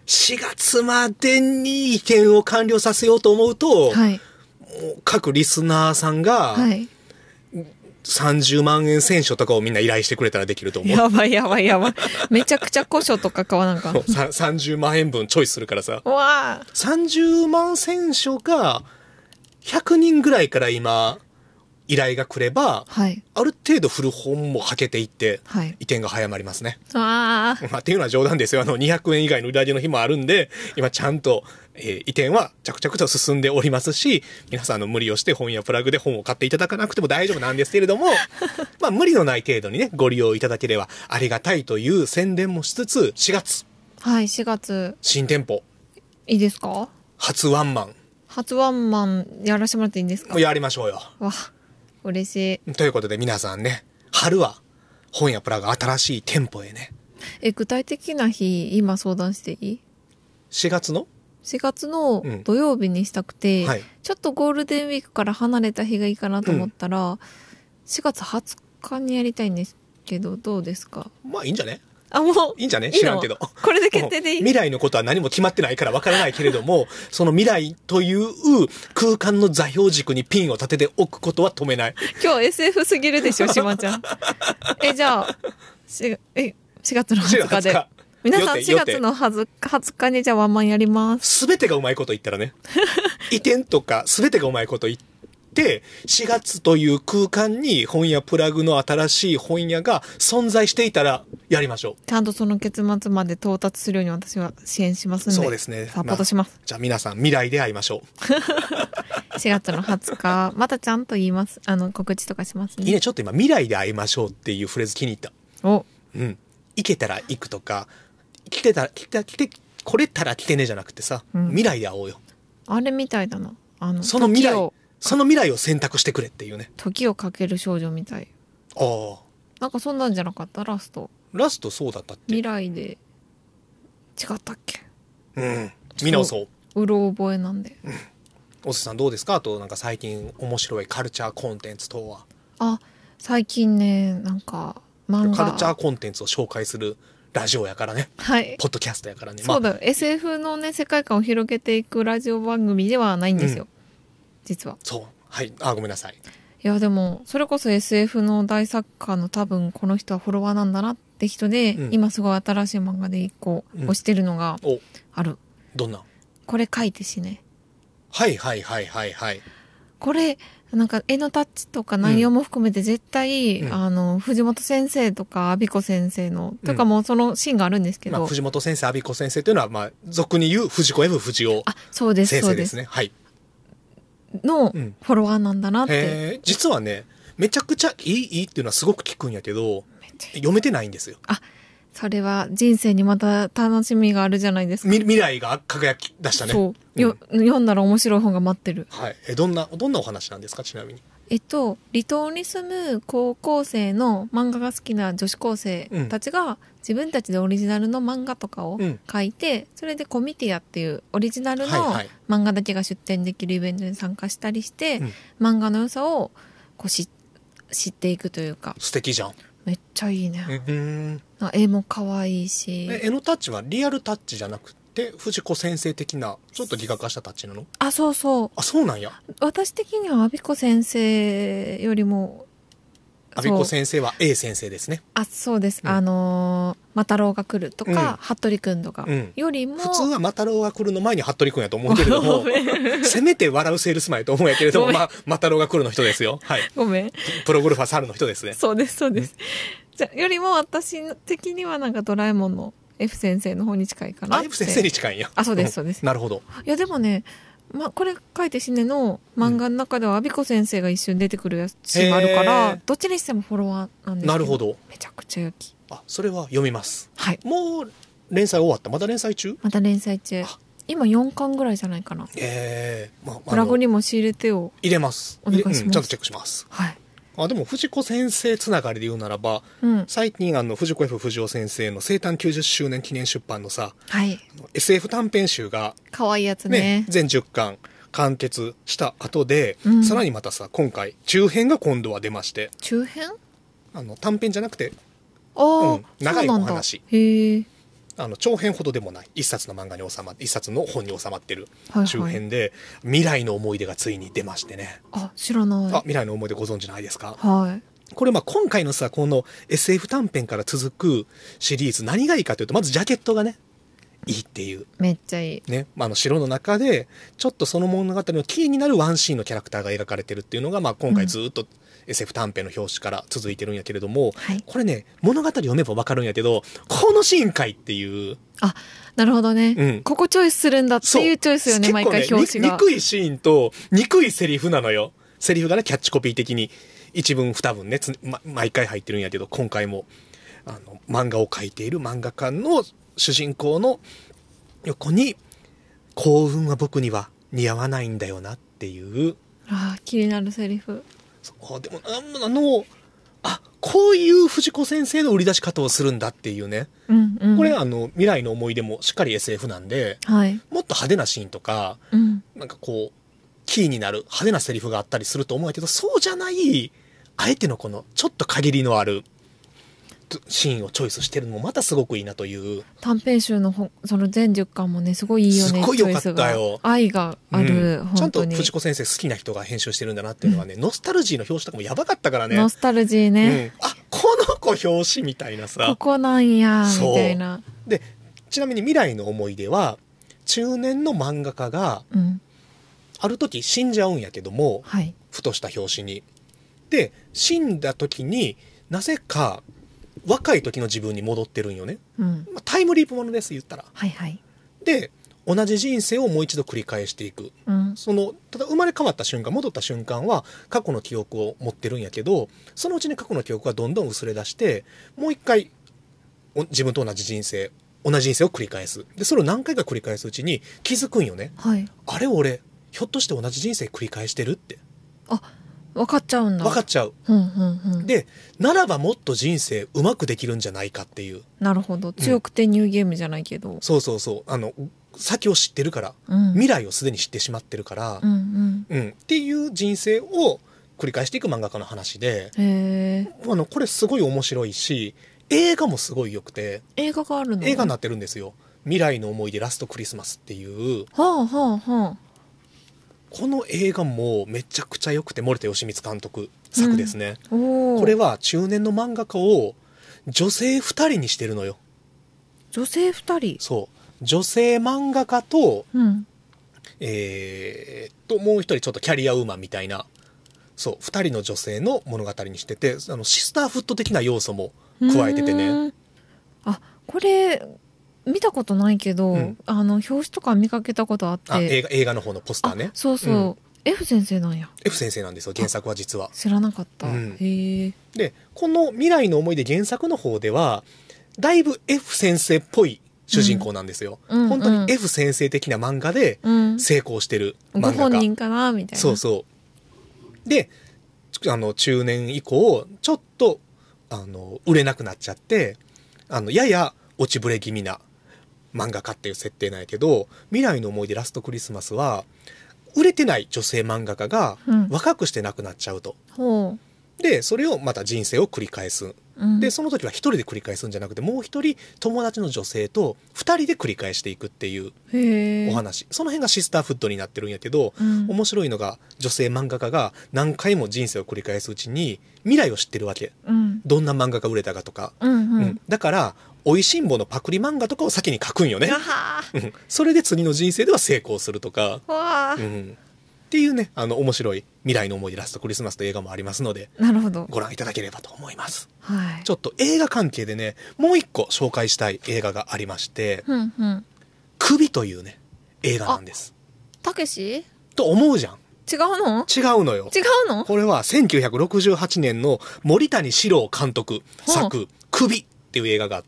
Speaker 1: しがつまでに移転を完了させようと思うと、
Speaker 2: はい。
Speaker 1: 各リスナーさんが、
Speaker 2: はい。
Speaker 1: さんじゅうまんえん選書とかをみんな依頼してくれたらできると思う。
Speaker 2: やばいやばいやばい。めちゃくちゃ古書とか買わなんか。
Speaker 1: ささんじゅうまんえんぶんチョイスするからさ。
Speaker 2: うわー。
Speaker 1: さんじゅうまん選書がひゃくにんぐらいから今依頼が来れば、
Speaker 2: はい。
Speaker 1: ある程度古本もはけていって、
Speaker 2: はい。
Speaker 1: 移転が早まりますね。
Speaker 2: あ
Speaker 1: まあ、っていうのは冗談ですよ。あの、にひゃくえん以外の売り上げの日もあるんで、今ちゃんと、えー移転は着々と進んでおりますし、皆さんの無理をして本やプラグで本を買っていただかなくても大丈夫なんですけれども、まあ、無理のない程度にね、ご利用いただければありがたいという宣伝もしつつ、しがつ、
Speaker 2: あ。はい、しがつ。
Speaker 1: 新店舗、
Speaker 2: いいですか？
Speaker 1: 初ワンマン、
Speaker 2: 初ワンマンやらせてもらっていいんですか？
Speaker 1: もうやりましょうよ。
Speaker 2: わ、嬉しい。
Speaker 1: ということで皆さんね、春は本やプラグ新しい店舗へね、
Speaker 2: え、具体的な日、今相談していい？
Speaker 1: しがつの
Speaker 2: しがつの
Speaker 1: うん
Speaker 2: 土曜日にしたくて、
Speaker 1: はい
Speaker 2: ちょっとゴールデンウィークから離れた日がいいかなと思ったら、しがつはつかにやりたいんですけど、どうですか？
Speaker 1: まあいいんじゃね
Speaker 2: あ、もう。
Speaker 1: いいんじゃね
Speaker 2: いいの
Speaker 1: 知らんけど。
Speaker 2: これで決定でいい？
Speaker 1: 未来のことは何も決まってないからわからないけれども、その未来という空間の座標軸にピンを立てておくことは止めない。
Speaker 2: 今日 エスエフ すぎるでしょ、しまちゃん。え、じゃあ、し、え、しがつのはつかで。皆さんしがつのはつかにじゃあワンマンやります。
Speaker 1: すべてがうまいこと言ったらね。移転とかすべてがうまいこと言って、しがつという空間に本屋プラグの新しい本屋が存在していたらやりましょう。
Speaker 2: ちゃんとその結末まで到達するように私は支援しますんで。
Speaker 1: そうですね。
Speaker 2: サポートします。
Speaker 1: まあ、じゃあ皆さん未来で会いましょう。
Speaker 2: しがつのはつか、またちゃんと言います。あの、告知とかしますね。
Speaker 1: いいね、ちょっと今未来で会いましょうっていうフレーズ気に入った。
Speaker 2: お、
Speaker 1: うん。行けたら行くとか、来てたら、来て、来て、来れたら来てねじゃなくてさ、
Speaker 2: うん、
Speaker 1: 未来で会おうよ。
Speaker 2: あれみたいだな。あの、
Speaker 1: その未来
Speaker 2: 時を、
Speaker 1: その未来を選択してくれっていうね。
Speaker 2: 時をかける少女みたい。
Speaker 1: ああ。
Speaker 2: なんかそんなんじゃなかったラスト。
Speaker 1: ラストそうだったって。
Speaker 2: 未来で、違ったっけ？
Speaker 1: うん。見直そう。
Speaker 2: うろ覚えなんで。
Speaker 1: うん。おすさんどうですか？あとなんか最近面白いカルチャーコンテンツ等は。
Speaker 2: あ、最近ね、なんか、漫画。
Speaker 1: カルチャーコンテンツを紹介するラジオやからね。
Speaker 2: はい。
Speaker 1: ポッドキャストやからね。
Speaker 2: そうだよ。
Speaker 1: まあ、
Speaker 2: エスエフ のね、世界観を広げていくラジオ番組ではないんですよ。うん、実は。
Speaker 1: そう。はい。あ、ごめんなさい。
Speaker 2: いや、でも、それこそ エスエフ の大作家の多分この人はフォロワーなんだなって人で、うん、今すごい新しい漫画で一個推してるのがある。うん、
Speaker 1: どんな？
Speaker 2: これ書いてしね。
Speaker 1: はいはいはいはいはい。
Speaker 2: これ、なんか絵のタッチとか内容も含めて絶対、うん、あの、藤本先生とか阿比子先生の、うん、とかもうそのシーンがあるんですけど。
Speaker 1: まあ、藤本先生、阿比子先生というのは、まあ、俗に言う藤子 F 不二雄
Speaker 2: あ、そうです、
Speaker 1: 先生ですね。はい。
Speaker 2: のフォロワーなんだなって。
Speaker 1: うん、へ実はね、めちゃくちゃいい、いいっていうのはすごく聞くんやけど、読めてないんですよ。
Speaker 2: あ、それは人生にまた楽しみがあるじゃないですか。
Speaker 1: 未来が輝き出したね。
Speaker 2: そう。よ、うん、読んだら面白い本が待ってる。
Speaker 1: はい。え、どんな、どんなお話なんですか、ちなみに。
Speaker 2: えっと、離島に住む高校生の漫画が好きな女子高生たちが、うん、自分たちでオリジナルの漫画とかを書いて、うん、それでコミティアっていうオリジナルの漫画だけが出展できるイベントに参加したりして、うん、漫画の良さをこう知っていくというか。
Speaker 1: 素敵じゃん。
Speaker 2: めっちゃいいね。
Speaker 1: うん、
Speaker 2: 絵も可愛いし。
Speaker 1: 絵のタッチはリアルタッチじゃなくて藤子先生的なちょっとギガ化したタッチなの？
Speaker 2: あ、そうそう。
Speaker 1: あ、そうなんや。
Speaker 2: 私的には阿比子先生よりも
Speaker 1: 阿比子先生は A 先生ですね。あ、
Speaker 2: そうです。うん、あのー、マタロウが来るとか、うん、服部くんとかよりも、うん、
Speaker 1: 普通はマタロウが来るの前に服部くんやと思うけれどもせめて笑うセールスマンやと思うんやけれども、まあ、マタロウが来るの人ですよ。はい。
Speaker 2: ごめん。
Speaker 1: プロゴルファー猿の人ですね。
Speaker 2: そうです、そうです。じゃよりも私的にはなんかドラえもんの F 先生の方に近いかなって。
Speaker 1: あ、F 先生に近いんや。
Speaker 2: あ、そうです、そうです。
Speaker 1: なるほど。
Speaker 2: いや、でもね、ま、これ書いて死ねの漫画の中では阿比子先生が一瞬出てくるやつがあるから、どっちにしてもフォロワーなんですけど。
Speaker 1: なるほど。
Speaker 2: めちゃくちゃ良き。
Speaker 1: あ、それは読みます。
Speaker 2: はい。
Speaker 1: もう連載終わった？まだ連載中？
Speaker 2: まだ連載中。今よんかんぐらいじゃないかな。
Speaker 1: ええー。まあ、
Speaker 2: プラグにも仕入れてよ。
Speaker 1: 入れます。
Speaker 2: お願いします。
Speaker 1: うん、ちゃんとチェックします。
Speaker 2: はい。
Speaker 1: あでも藤子先生つながりで言うならば、うん、最近あの藤子 F 不二雄先生の生誕きゅうじゅっしゅうねん記念出版のさ、
Speaker 2: はい、
Speaker 1: エスエフ 短編集が
Speaker 2: かわいいやつね、
Speaker 1: ね全じゅっかん完結した後で、うん、さらにまたさ今回中編が今度は出まして、
Speaker 2: 中編？
Speaker 1: あの短編じゃなくて、
Speaker 2: あ、
Speaker 1: うん、長いお話
Speaker 2: へえ。
Speaker 1: あの長編ほどでもない一冊の漫画に収まって一冊の本に収まってる
Speaker 2: はいはい、
Speaker 1: 中編で、未来の思い出がついに出ましてね。
Speaker 2: あ、知らない。
Speaker 1: あ、未来の思い出ご存知ないですか？
Speaker 2: はい。
Speaker 1: これまあ今回のさ、この エスエフ 短編から続くシリーズ、何がいいかというと、まずジャケットがね、いいっていう。
Speaker 2: めっちゃいい。
Speaker 1: ね、まあ、あの城の中で、ちょっとその物語のキーになるワンシーンのキャラクターが描かれてるっていうのが、まあ今回ずっと エスエフ 短編の表紙から続いてるんやけれども、
Speaker 2: はい、
Speaker 1: これね、物語読めばわかるんやけど、このシーンかいっていう。
Speaker 2: あ、なるほどね。うん、ここチョイスするんだっていうチョイスよね、毎回表紙が。
Speaker 1: 憎いシーンと、憎いセリフなのよ。セリフがね、キャッチコピー的に。一文二文ね、ま、毎回入ってるんやけど、今回もあの漫画を描いている漫画家の主人公の横に、幸運は僕には似合わないんだよなっていう。
Speaker 2: ああ、気になるセリフ。
Speaker 1: そう、でもあのあ、こういう藤子先生の売り出し方をするんだっていうね、
Speaker 2: うんうん、
Speaker 1: これあの未来の思い出もしっかり エスエフ なんで、
Speaker 2: はい、
Speaker 1: もっと派手なシーンとか、
Speaker 2: うん、
Speaker 1: なんかこうキーになる派手なセリフがあったりすると思うんだけど、そうじゃないあえてのこのちょっと限りのあるシーンをチョイスしてるのもまたすごくいいなという。
Speaker 2: 短編集のほその全じゅっかんもね、すごいいいよね。
Speaker 1: すごい良かったよ。
Speaker 2: 愛がある、うん、
Speaker 1: ちゃんと藤子先生好きな人が編集してるんだなっていうのはね、うん、ノスタルジーの表紙とかもやばかったからね。
Speaker 2: ノスタルジーね、
Speaker 1: うん、あ、この子表紙みたいなさ、
Speaker 2: ここなんやみたいな。
Speaker 1: でちなみに未来の思い出は中年の漫画家がある時死んじゃうんやけども、
Speaker 2: はい、
Speaker 1: ふとした表紙にで死んだ時になぜか若い時の自分に戻ってるんよね、
Speaker 2: うん、
Speaker 1: まあ、タイムリープものです言ったら、
Speaker 2: はいはい、
Speaker 1: で同じ人生をもう一度繰り返していく、
Speaker 2: うん、
Speaker 1: そのただ生まれ変わった瞬間戻った瞬間は過去の記憶を持ってるんやけど、そのうちに過去の記憶がどんどん薄れ出してもう一回自分と同じ人生同じ人生を繰り返す。でそれを何回か繰り返すうちに気づくんよね、
Speaker 2: はい、
Speaker 1: あれ俺ひょっとして同じ人生繰り返してるって。
Speaker 2: あ、分かっちゃうんだ。
Speaker 1: 分かっちゃう、
Speaker 2: うんうんうん、
Speaker 1: でならばもっと人生うまくできるんじゃないかっていう。
Speaker 2: なるほど、強くてニューゲームじゃないけど、うん、
Speaker 1: そうそうそう、あの先を知ってるから、うん、未来をすでに知ってしまってるから、
Speaker 2: うんうん
Speaker 1: うん、っていう人生を繰り返していく漫画家の話で、
Speaker 2: へー、
Speaker 1: あのこれすごい面白いし映画もすごい良くて。
Speaker 2: 映画があるの？
Speaker 1: 映画になってるんですよ。未来の思い出ラストクリスマスっていう、
Speaker 2: はあはあはあ、
Speaker 1: この映画もめちゃくちゃ良くて、森田義満監督作ですね、
Speaker 2: うん、
Speaker 1: これは中年の漫画家を女性ふたりにしてるのよ。
Speaker 2: 女性ふたり？
Speaker 1: そう女性漫画家と、
Speaker 2: うん、
Speaker 1: えー、っともう一人ちょっとキャリアウーマンみたいな、そうふたりの女性の物語にしてて、あのシスターフット的な要素も加えててね。
Speaker 2: あ、これ見たことないけど、うん、あの表紙とか見かけたことあって。
Speaker 1: あ、映画、映画の方のポスターね。
Speaker 2: そうそう、うん、F 先生なんや。
Speaker 1: F 先生なんですよ、原作は実は。
Speaker 2: 知らなかった、うん、へえ。
Speaker 1: でこの未来の思い出原作の方ではだいぶ F 先生っぽい主人公なんですよ、うん、本当に F 先生的な漫画で成功してる漫画家、
Speaker 2: ご本人かなみたいな。
Speaker 1: そうそうで、あの中年以降ちょっとあの売れなくなっちゃって、あのやや落ちぶれ気味な漫画家っていう設定なんやけど、未来の思い出ラストクリスマスは売れてない女性漫画家が若くして亡くなっちゃうと、
Speaker 2: うん、
Speaker 1: でそれをまた人生を繰り返す、うん、でその時は一人で繰り返すんじゃなくてもう一人友達の女性と二人で繰り返していくっていうお話。その辺がシスターフッドになってるんやけど、うん、面白いのが女性漫画家が何回も人生を繰り返すうちに未来を知ってるわけ、うん、どんな漫画が売れたかとか、
Speaker 2: うんうん
Speaker 1: うん、だからおいしんぼのパクリ漫画とかを先に書くんよねそれで次の人生では成功するとか、うん、っていうね、あの面白い未来の思い出ラストクリスマスという映画もありますので、
Speaker 2: なるほど、
Speaker 1: ご覧いただければと思います、
Speaker 2: はい、
Speaker 1: ちょっと映画関係でねもう一個紹介したい映画がありまして、
Speaker 2: うんうん、
Speaker 1: 首というね映画なんです。
Speaker 2: たけし
Speaker 1: と思うじゃん。
Speaker 2: 違うの？
Speaker 1: 違うのよ。
Speaker 2: 違うの？
Speaker 1: これはせんきゅうひゃくろくじゅうはちねんの森谷史郎監督作首っていう映画があって、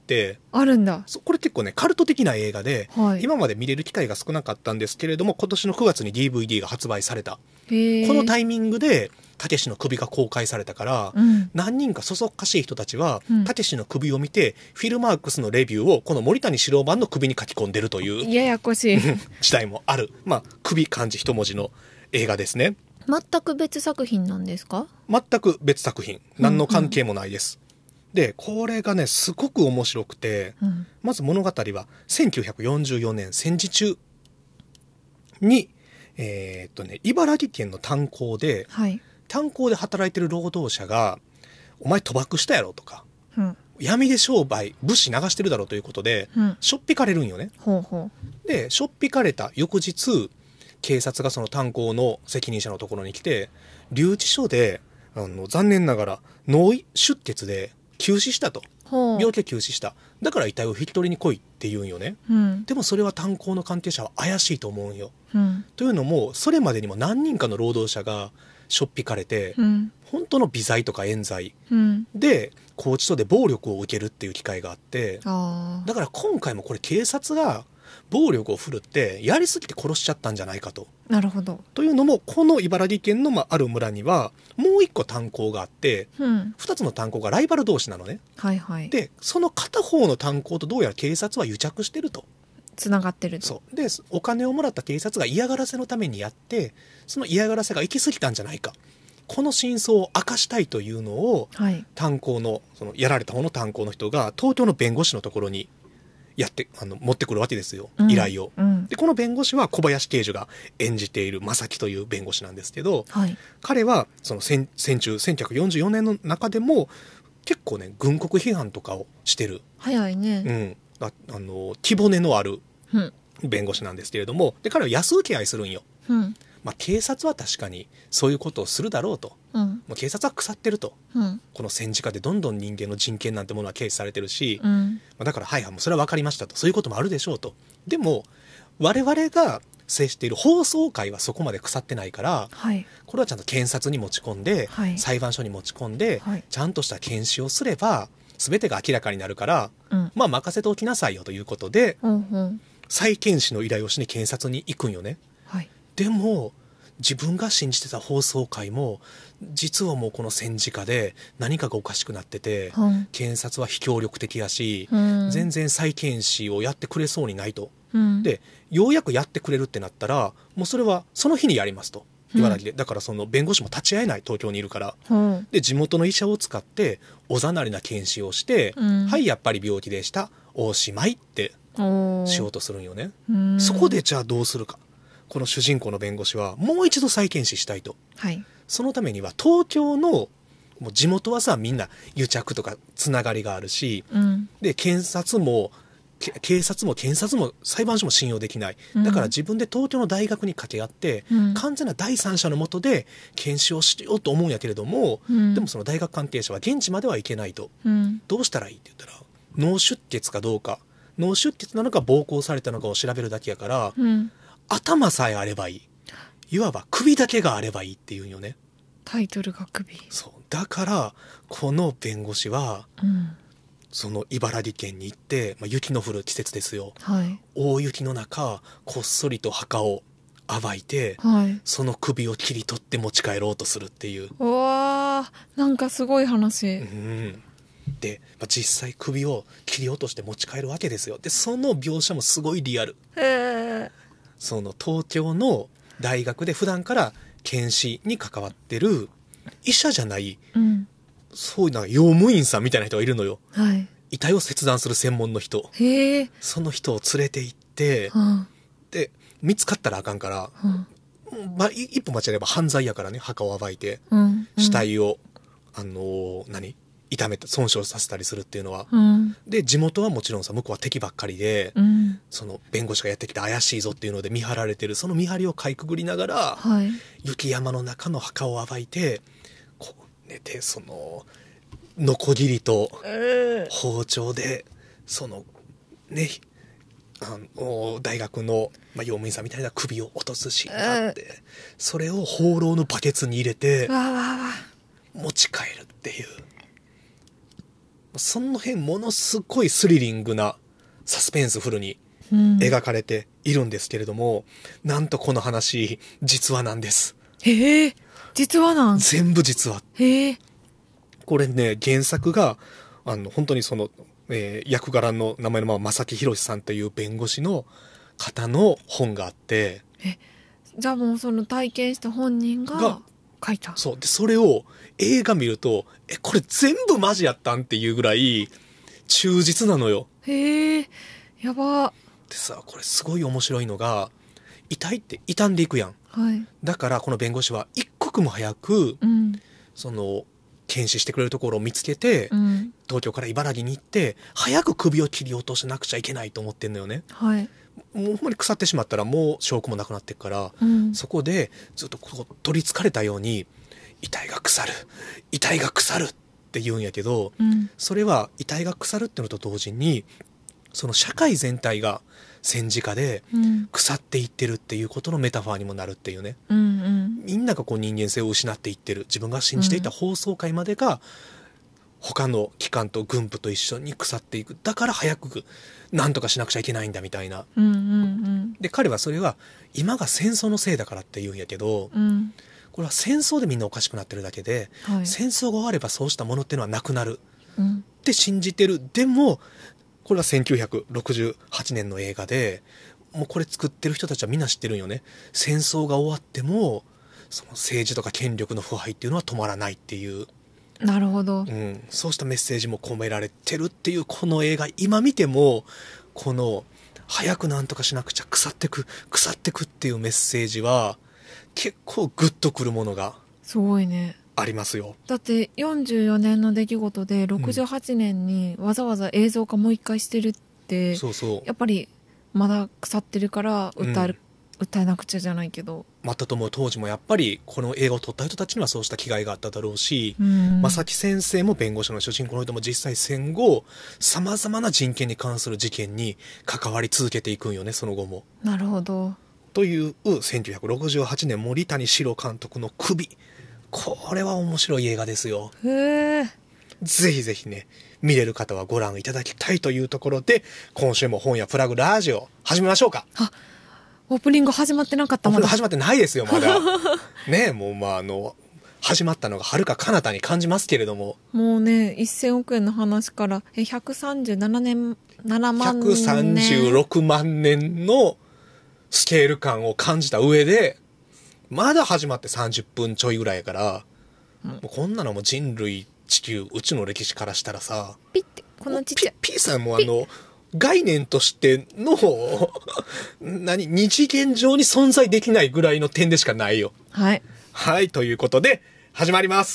Speaker 2: あるんだ。
Speaker 1: これ結構ねカルト的な映画で、はい、今まで見れる機会が少なかったんですけれども、今年のくがつに ディーブイディー が発売された。このタイミングでたけしの首が公開されたから、うん、何人かそそっかしい人たちはたけしの首を見てフィルマークスのレビューをこの森谷史郎版の首に書き込んでるという
Speaker 2: ややこしい
Speaker 1: 時代もある、まあ、首漢字一文字の映画ですね。
Speaker 2: 全く別作品なんですか？
Speaker 1: 全く別作品、何の関係もないです、 で、これがね、すごく面白くて、
Speaker 2: うん
Speaker 1: まず物語はせんきゅうひゃくよんじゅうよねん戦時中に、えーっとね、茨城県の炭鉱で、
Speaker 2: はい。
Speaker 1: 炭鉱で働いてる労働者が、お前賭博したやろとか、
Speaker 2: うん。
Speaker 1: 闇で商売、物資流してるだろうということで、
Speaker 2: うん。
Speaker 1: しょっぴかれるんよね。
Speaker 2: ほうほ
Speaker 1: で、しょっぴかれた翌日、警察がその炭鉱の責任者のところに来て、留置所で、あの、残念ながら脳出血で急死したと。
Speaker 2: う。ほう。
Speaker 1: 病気で急死した。だから遺体を引き取りに来いって言うんよね。
Speaker 2: うん。
Speaker 1: でもそれは炭鉱の関係者は怪しいと思うんよ。
Speaker 2: うん。
Speaker 1: というのも、それまでにも何人かの労働者がしょっぴかれて、
Speaker 2: うん。
Speaker 1: 本当の微罪とか冤罪
Speaker 2: うん。
Speaker 1: で拘置所で暴力を受けるっていう機会があって、
Speaker 2: ああ。
Speaker 1: だから今回もこれ警察が暴力を振るってやりすぎて殺しちゃったんじゃないかと。
Speaker 2: なるほど。
Speaker 1: というのも、この茨城県のまあある村にはもう一個炭鉱があって、
Speaker 2: うん。
Speaker 1: 二つの炭鉱がライバル同士なのね。
Speaker 2: はいはい。
Speaker 1: で、その片方の炭鉱とどうやら警察は癒着してると。
Speaker 2: つながってると。
Speaker 1: そう。で、お金をもらった警察が嫌がらせのためにやって、その嫌がらせが行き過ぎたんじゃないか。この真相を明かしたいというのを、
Speaker 2: はい。
Speaker 1: 炭鉱の、そのやられた方の炭鉱の人が東京の弁護士のところにやって、あの、持ってくるわけですよ。
Speaker 2: うん
Speaker 1: 依頼を。
Speaker 2: うん。
Speaker 1: で、この弁護士は小林刑事が演じている正木という弁護士なんですけど、
Speaker 2: はい。
Speaker 1: 彼はその戦戦中せんきゅうひゃくよんじゅうよねんの中でも結構ね、軍国批判とかをしてる、
Speaker 2: 早いうね。
Speaker 1: ん、ああの気骨のある
Speaker 2: うん。
Speaker 1: 弁護士なんですけれども、で彼は安請け合いするんよ。
Speaker 2: うん。
Speaker 1: まあ、警察は確かにそういうことをするだろうと。
Speaker 2: うん。
Speaker 1: もう警察は腐ってると。
Speaker 2: うん。
Speaker 1: この戦時下でどんどん人間の人権なんてものは軽視されてるし、
Speaker 2: うん。
Speaker 1: まあだからはいはい、もうそれは分かりましたと。そういうこともあるでしょうと。でも我々が接している放送界はそこまで腐ってないから、
Speaker 2: はい。
Speaker 1: これはちゃんと検察に持ち込んで、
Speaker 2: はい
Speaker 1: 裁判所に持ち込んで、
Speaker 2: はい
Speaker 1: ちゃんとした検視をすれば全てが明らかになるから、
Speaker 2: うん。
Speaker 1: まあ任せておきなさいよということで、
Speaker 2: ほうほう。
Speaker 1: 再検視の依頼をしに検察に行くんよね。
Speaker 2: はい。
Speaker 1: でも自分が信じてた放送界も実はもうこの戦時下で何かがおかしくなってて、
Speaker 2: うん。
Speaker 1: 検察は非協力的やし、
Speaker 2: うん。
Speaker 1: 全然再検視をやってくれそうにないと。
Speaker 2: うん。
Speaker 1: でようやくやってくれるってなったら、もうそれはその日にやりますと、茨城で。だからその弁護士も立ち会えない、東京にいるから。
Speaker 2: ほう。
Speaker 1: で地元の医者を使っておざなりな検視をして、
Speaker 2: うん
Speaker 1: はいやっぱり病気でした、おしまいって
Speaker 2: おー。
Speaker 1: しようとするんよね。
Speaker 2: うん。
Speaker 1: そこでじゃあどうするか。この主人公の弁護士はもう一度再検視したいと。
Speaker 2: はい。
Speaker 1: そのためには東京のもう地元はさ、みんな癒着とかつながりがあるし、
Speaker 2: うん。
Speaker 1: で検察もけ警察も検察も裁判所も信用できない。
Speaker 2: うん
Speaker 1: だから自分で東京の大学に掛け合って、
Speaker 2: うん
Speaker 1: 完全な第三者の下で検視をしようと思うんやけれども、
Speaker 2: うん
Speaker 1: でもその大学関係者は現地までは行けないと。
Speaker 2: うん。
Speaker 1: どうしたらいいって言ったら、脳出血かどうか、脳出血なのか暴行されたのかを調べるだけやから、
Speaker 2: うん。
Speaker 1: 頭さえあればいい。いわば首だけがあればいいっていうんよね。
Speaker 2: タイトルが首。
Speaker 1: そう。だからこの弁護士は
Speaker 2: うん。
Speaker 1: その茨城県に行って、まあ、雪の降る季節ですよ。
Speaker 2: はい。
Speaker 1: 大雪の中こっそりと墓を暴いて、
Speaker 2: はい。
Speaker 1: その首を切り取って持ち帰ろうとするっていう。
Speaker 2: うわー、なんかすごい話。
Speaker 1: うんで、まあ、実際首を切り落として持ち帰るわけですよ。でその描写もすごいリアル。
Speaker 2: へえ。
Speaker 1: その東京の大学で普段から検視に関わってる医者じゃない、
Speaker 2: うん。
Speaker 1: そういうなんか用務員さんみたいな人がいるのよ。
Speaker 2: はい。
Speaker 1: 遺体を切断する専門の人。
Speaker 2: へえ。
Speaker 1: その人を連れて行って、
Speaker 2: は
Speaker 1: で見つかったらあかんから、
Speaker 2: あ、は
Speaker 1: まあ、い一歩間違えれば犯罪やからね。墓を暴いて
Speaker 2: あ、うん。
Speaker 1: 死体を、あのー何痛めた損傷させたりするっていうのは。
Speaker 2: うん。
Speaker 1: で地元はもちろんさ、向こうは敵ばっかりで、
Speaker 2: うん。
Speaker 1: その弁護士がやってきて怪しいぞっていうので見張られてる、その見張りをかいくぐりながら、
Speaker 2: はい。
Speaker 1: 雪山の中の墓を暴いて、こう寝て、そのノコギリと
Speaker 2: ええ。
Speaker 1: 包丁でそのね、あの大学の、まあ、用務員さんみたいな首を落とすシーンがあって、それを放浪のバケツに入れて
Speaker 2: わあわあわあ。
Speaker 1: 持ち帰るっていう、その辺ものすごいスリリングなサスペンスフルに
Speaker 2: うん。
Speaker 1: 描かれているんですけれども、なんとこの話実話なんです。
Speaker 2: へえ。実はなん。
Speaker 1: 全部実話。
Speaker 2: へえ。
Speaker 1: これね、原作があの本当にその、えー役柄の名前のまま正木宏さんという弁護士の方の本があって、
Speaker 2: じゃあもうその体験した本人が。
Speaker 1: が
Speaker 2: 書いた。
Speaker 1: そうでそれを映画見るとえこれ全部マジやったんっていうぐらい忠実なのよ。
Speaker 2: へえ、やば。
Speaker 1: でさこれすごい面白いのが遺体って傷んでいくやん。
Speaker 2: はい。
Speaker 1: だからこの弁護士は一刻も早く、
Speaker 2: うん。
Speaker 1: その検視してくれるところを見つけて、
Speaker 2: うん。
Speaker 1: 東京から茨城に行って早く首を切り落としなくちゃいけないと思ってんのよね。
Speaker 2: はい。
Speaker 1: もうほんまに腐ってしまったらもう証拠もなくなっていくから、
Speaker 2: うん。
Speaker 1: そこでずっとこう取りつかれたように遺体が腐る遺体が腐るって言うんやけど、
Speaker 2: うん。
Speaker 1: それは遺体が腐るってのと同時にその社会全体が戦時下で
Speaker 2: うん。
Speaker 1: 腐っていってるっていうことのメタファーにもなるっていうね。
Speaker 2: うん。うん。
Speaker 1: みんながこう人間性を失っていってる、自分が信じていた法曹界までが他の機関と軍部と一緒に腐っていく。だから早く何とかしなくちゃいけないんだみたいな。
Speaker 2: うん。うん。
Speaker 1: で彼はそれは今が戦争のせいだからって言うんやけど、
Speaker 2: うん。
Speaker 1: これは戦争でみんなおかしくなってるだけで、
Speaker 2: はい。
Speaker 1: 戦争が終わればそうしたものっていうのはなくなる
Speaker 2: うん。
Speaker 1: って信じてる。でもこれはせんきゅうひゃくろくじゅうはちねんの映画で、もうこれ作ってる人たちはみんな知ってるんよね。戦争が終わってもその政治とか権力の腐敗っていうのは止まらないっていう、
Speaker 2: なるほど。
Speaker 1: うん、そうしたメッセージも込められてるっていうこの映画、今見てもこの早くなんとかしなくちゃ腐ってく腐ってくっていうメッセージは結構グッとくるものが
Speaker 2: すごいね。
Speaker 1: ありますよ。
Speaker 2: だってよんじゅうよねんの出来事でろくじゅうはちねんにわざわざ映像化もう一回してるって、
Speaker 1: そうそう、
Speaker 2: やっぱりまだ腐ってるから訴える、うん、訴えなくちゃじゃないけど、
Speaker 1: またとも当時もやっぱりこの映画を撮った人たちにはそうした気概があっただろうし、
Speaker 2: うん
Speaker 1: 正木先生も弁護士の主人公の人も実際戦後さまざまな人権に関する事件に関わり続けていくんよね、その後も。
Speaker 2: なるほど。
Speaker 1: というせんきゅうひゃくろくじゅうはちねん森谷史郎監督の首、これは面白い映画ですよ。
Speaker 2: へえ。
Speaker 1: ぜひぜひね見れる方はご覧いただきたいというところで、今週も本屋プラグラジオ始めましょうか。
Speaker 2: あ、オープニング始まってなかった。まだ
Speaker 1: 始まってないですよまだねえ、もうまああの始まったのがはるか彼方に感じますけれども、
Speaker 2: もうねせんおくえんの話からえひゃくさんじゅうななねんななまんねん
Speaker 1: ひゃくさんじゅうろくまんねんのスケール感を感じた上で、まだ始まってさんじゅっぷんちょいぐらいやから、うん、もうこんなのも人類地球宇宙の歴史からしたらさ、
Speaker 2: ピッてこのちっちゃい
Speaker 1: P, P さんもあの概念としての何二次元上に存在できないぐらいの点でしかないよ。
Speaker 2: はい
Speaker 1: はい、ということで始まります。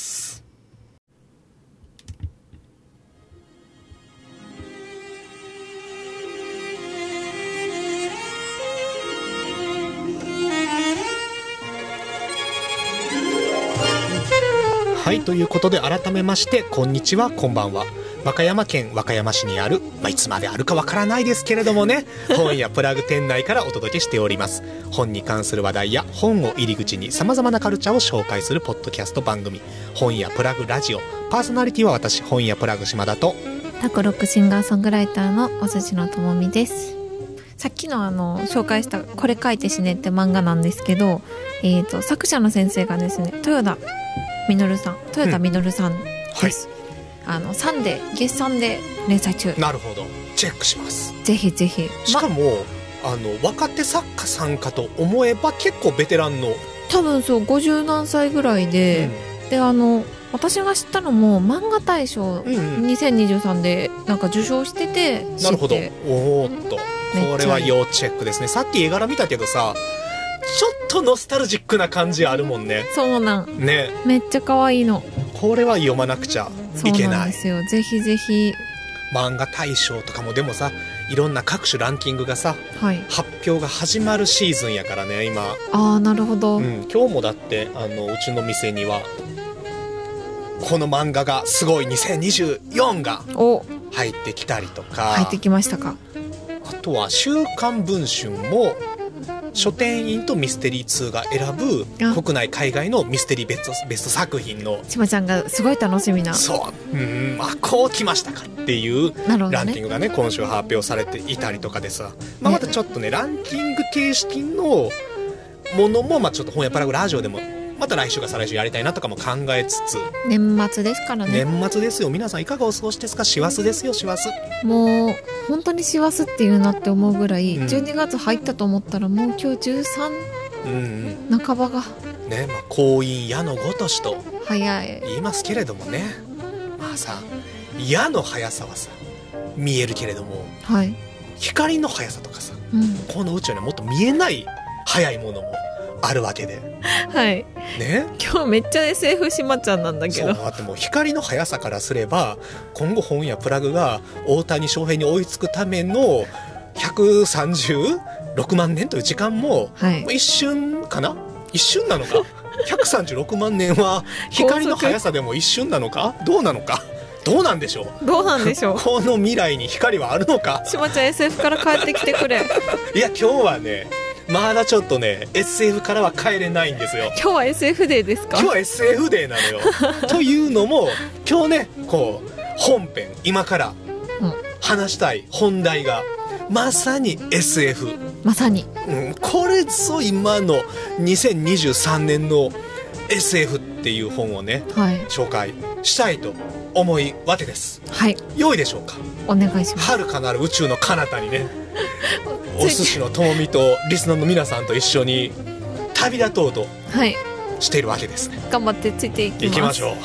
Speaker 1: はい、ということで改めましてこんにちは、こんばんは。和歌山県和歌山市にある、まあ、いつまであるかわからないですけれどもね、本屋プラグ店内からお届けしております。本に関する話題や本を入り口にさまざまなカルチャーを紹介するポッドキャスト番組、本屋プラグラジオ。パーソナリティは私、本屋プラグ島田と
Speaker 2: タコロックシンガーソングライターのおすしのともみです。さっきのあの紹介したこれ書いて死ねって漫画なんですけど、えーと作者の先生がですね豊田実さん豊田実さんです、うん、はい、あのサンデー月産で連載中。
Speaker 1: なるほど、チェックします。
Speaker 2: ぜひぜひ。
Speaker 1: しかも、ま、あの若手作家さんかと思えば結構ベテランの、
Speaker 2: 多分そうごじゅうなんさいぐらいで、うん、であの私が知ったのも漫画大賞にせんにじゅうさんでなんか受賞してて知って、うんうん、
Speaker 1: なるほど。おーっとこれは要チェックですね。さっき絵柄見たけどさ、ちょっとノスタルジックな感じあるもんね。
Speaker 2: そうなん
Speaker 1: ね、
Speaker 2: めっちゃ可愛いの。
Speaker 1: これは読まなくちゃいけない。そう
Speaker 2: なんですよ。ぜひぜひ。
Speaker 1: 漫画大賞とかもでもさ、いろんな各種ランキングがさ、はい、発表が始まるシーズンやからね今。
Speaker 2: ああ、なるほど、うん、
Speaker 1: 今日もだってあのうちの店にはこの漫画がすごいにせんにじゅうよんが入ってきたりとか。
Speaker 2: 入ってきましたか。
Speaker 1: あとは週刊文春も書店員とミステリーツーが選ぶ国内海外のミステリーベスト、ベスト作品の、
Speaker 2: しまちゃんがすごい楽しみな、
Speaker 1: そう、うん、あ、こう来ましたかっていうランキングがね今週発表されていたりとかでさ、まあ、またちょっとねランキング形式のものも、まあ、ちょっと本屋プラグラジオでもまた来週か再来週やりたいなとかも考えつつ、
Speaker 2: 年末ですからね。
Speaker 1: 年末ですよ。皆さんいかがお過ごしですか。師走ですよ、師走。
Speaker 2: もう本当に師走っていうなって思うぐらい、うん、じゅうにがつ入ったと思ったらもう今日じゅうさん、うんうん、半ばが
Speaker 1: ね、まあ、婚姻矢のごとしと
Speaker 2: 早い。
Speaker 1: 言いますけれどもね。まあさ、矢の速さはさ、見えるけれども、
Speaker 2: はい。
Speaker 1: 光の速さとかさ、
Speaker 2: うん。
Speaker 1: この宇宙にはもっと見えない速いものもあるわけで。
Speaker 2: はい。
Speaker 1: ね。
Speaker 2: 今日めっちゃ エスエフ しまちゃんなんだけど。
Speaker 1: そう、だってもう光の速さからすれば、今後本やプラグが大谷翔平に追いつくためのひゃくさんじゅうろくまんねんという時間も、
Speaker 2: はい、
Speaker 1: まあ一瞬かな一瞬なのかひゃくさんじゅうろくまんねんは光の速さでも一瞬なのかどうなのかどうなんでしょう
Speaker 2: どうなんでしょう
Speaker 1: この未来に光はあるのか。
Speaker 2: しまちゃん エスエフ から帰ってきてくれ。
Speaker 1: いや今日はねまだちょっとね エスエフ からは帰れないんですよ。
Speaker 2: 今日は エスエフ デーですか？
Speaker 1: 今日は エスエフ デーなのよというのも今日ねこう本編今から話したい本題がまさに エスエフ。
Speaker 2: まさに、
Speaker 1: うん、これぞ今のにせんにじゅうさんねんの エスエフ っていう本をね、
Speaker 2: はい、
Speaker 1: 紹介したいと思いわけです。
Speaker 2: はい、
Speaker 1: 良いでしょうか。
Speaker 2: お願いします。
Speaker 1: 遥かなる宇宙の彼方にねお寿司のともみとリスナーの皆さんと一緒に旅立とうとしているわけですね、
Speaker 2: はい、頑張ってついていきます。
Speaker 1: 行きましょう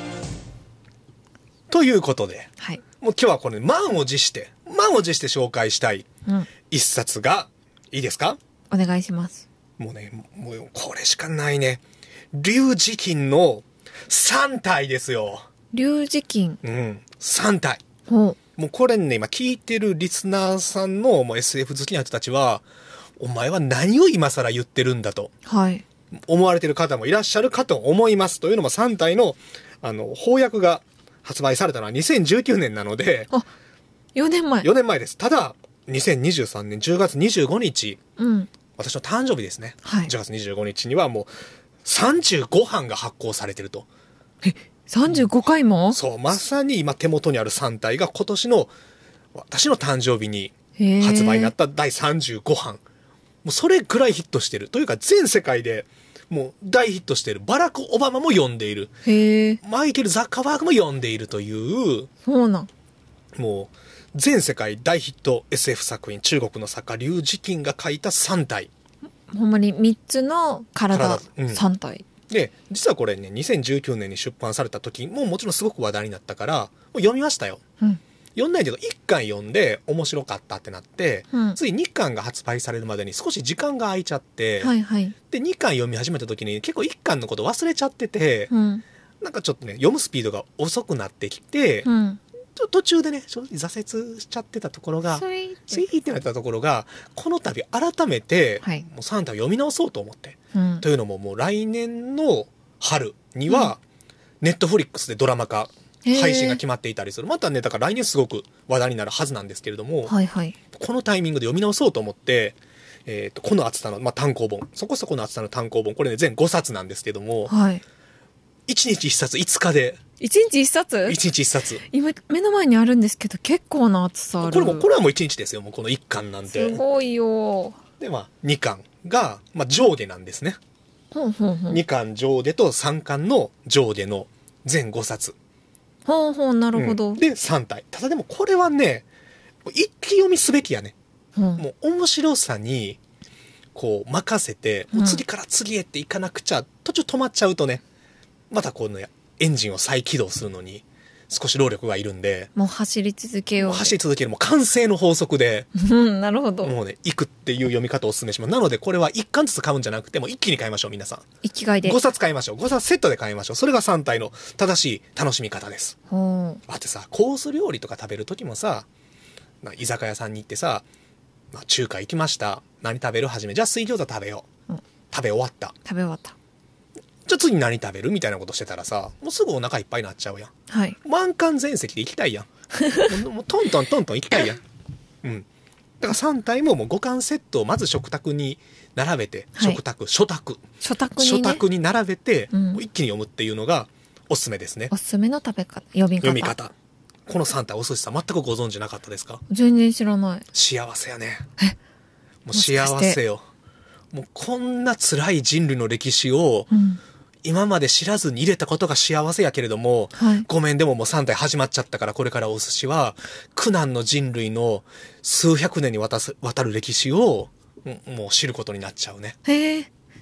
Speaker 1: ということで、
Speaker 2: はい、
Speaker 1: もう今日はこれ満を持して満を持して紹介したい一冊が、うん、いいですか？
Speaker 2: お願いします。
Speaker 1: もうねもうこれしかないね。龍磁金のさん体ですよ。
Speaker 2: 龍磁金、
Speaker 1: うん、さん体。
Speaker 2: ほう。
Speaker 1: もうこれね今聞いてるリスナーさんのもう エスエフ 好きな人たちはお前は何を今更言ってるんだと、
Speaker 2: はい、
Speaker 1: 思われてる方もいらっしゃるかと思います。というのもさん体のあの翻訳が発売されたのはにせんじゅうきゅうねんなので、
Speaker 2: あ、よねんまえ。
Speaker 1: よねんまえです。ただにせんにじゅうさんねんじゅうがつにじゅうごにち、
Speaker 2: うん、
Speaker 1: 私の誕生日ですね、
Speaker 2: はい、
Speaker 1: じゅうがつにじゅうごにちにはもうさんじゅうごはんが発行されてると。
Speaker 2: え、さんじゅうごかいも？
Speaker 1: そうまさに今手元にあるさん体が今年の私の誕生日に発売になっただいさんじゅうごはん。もうそれぐらいヒットしてるというか全世界でもう大ヒットしてる。バラク・オバマも読んでいる。
Speaker 2: へー。
Speaker 1: マイケル・ザッカーバーグも読んでいるという、
Speaker 2: そうなん。
Speaker 1: もう全世界大ヒット エスエフ 作品、中国の作家龍磁金が書いたさん体。
Speaker 2: ほんまにみっつの体、
Speaker 1: うん、
Speaker 2: さん体。
Speaker 1: で実はこれねにせんじゅうきゅうねんに出版された時ももちろんすごく話題になったからもう読みましたよ、うん、読んないけどいっかん読んで面白かったってなって、うん、ついにかんが発売されるまでに少し時間が空いちゃって、はいはい、でにかん読み始めた時に結構いっかんのこと忘れちゃってて、うん、なんかちょっとね読むスピードが遅くなってきて、うん、途中でね正直挫折しちゃってたところがスイーってなったところがこの度改めて、はい、もうさん体読み直そうと思って、うん、というのももう来年の春にはネットフリックスでドラマ化、配信が決まっていたりする。またねだから来年すごく話題になるはずなんですけれども、はいはい、このタイミングで読み直そうと思って、えー、とこの厚さの、まあ、単行本そこそこの厚さの単行本これね全ごさつなんですけども、はい、いちにちいっさついつかで
Speaker 2: いちにちいっさつ ?
Speaker 1: いちにちいっさつ
Speaker 2: 今目の前にあるんですけど結構な厚さある。
Speaker 1: これもこれはもういちにちですよ。もうこのいっかんなんて
Speaker 2: すごいよ。
Speaker 1: でまあにかんが、まあ、上下なんですね。
Speaker 2: ほうほうほう。
Speaker 1: にかん上下とさんかんの上下の全ごさつ。
Speaker 2: ほうほうなるほど、
Speaker 1: うん、でさん体。ただでもこれはね一気読みすべきやね、うん、もう面白さにこう任せてもう次から次へっていかなくちゃ、うん、途中止まっちゃうとねまたこのエンジンを再起動するのに少し労力がいるんで
Speaker 2: もう走り続けよう。
Speaker 1: 走り続けるもう慣性の法則で
Speaker 2: うんなるほど。
Speaker 1: もうね行くっていう読み方をお勧めします。なのでこれはいっかんずつ買うんじゃなくてもう一気に買いましょう。皆さん
Speaker 2: 一気買いで
Speaker 1: ごさつ買いましょう。ごさつセットで買いましょう。それがさん体の正しい楽しみ方です。だってさコース料理とか食べる時もさ、まあ、居酒屋さんに行ってさ、まあ、中華行きました。何食べるはじめじゃあ水餃子食べよう、うん、食べ終わった
Speaker 2: 食べ終わった
Speaker 1: じゃあ次何食べるみたいなことしてたらさもうすぐお腹いっぱいになっちゃうやん、
Speaker 2: はい、
Speaker 1: 満館全席で行きたいやんもうトントントントン行きたいやん、うん、だからさん体ももうごかんセットをまず食卓に並べて、はい、食卓初卓
Speaker 2: 初卓に、ね、
Speaker 1: 初卓に並べて、うん、もう一気に読むっていうのがおすすめですね。
Speaker 2: おすすめの食べ方読み方
Speaker 1: 読み方このさん体お寿司さん全くご存知なかったですか？
Speaker 2: 全然知らない。
Speaker 1: 幸せやね。えもう幸せよ。もうこんな辛い人類の歴史を、うん今まで知らずに入れたことが幸せやけれども、はい、ごめんでももうさん体始まっちゃったからこれからお寿司は苦難の人類の数百年にわたす渡る歴史をもう知ることになっちゃうね。
Speaker 2: へえ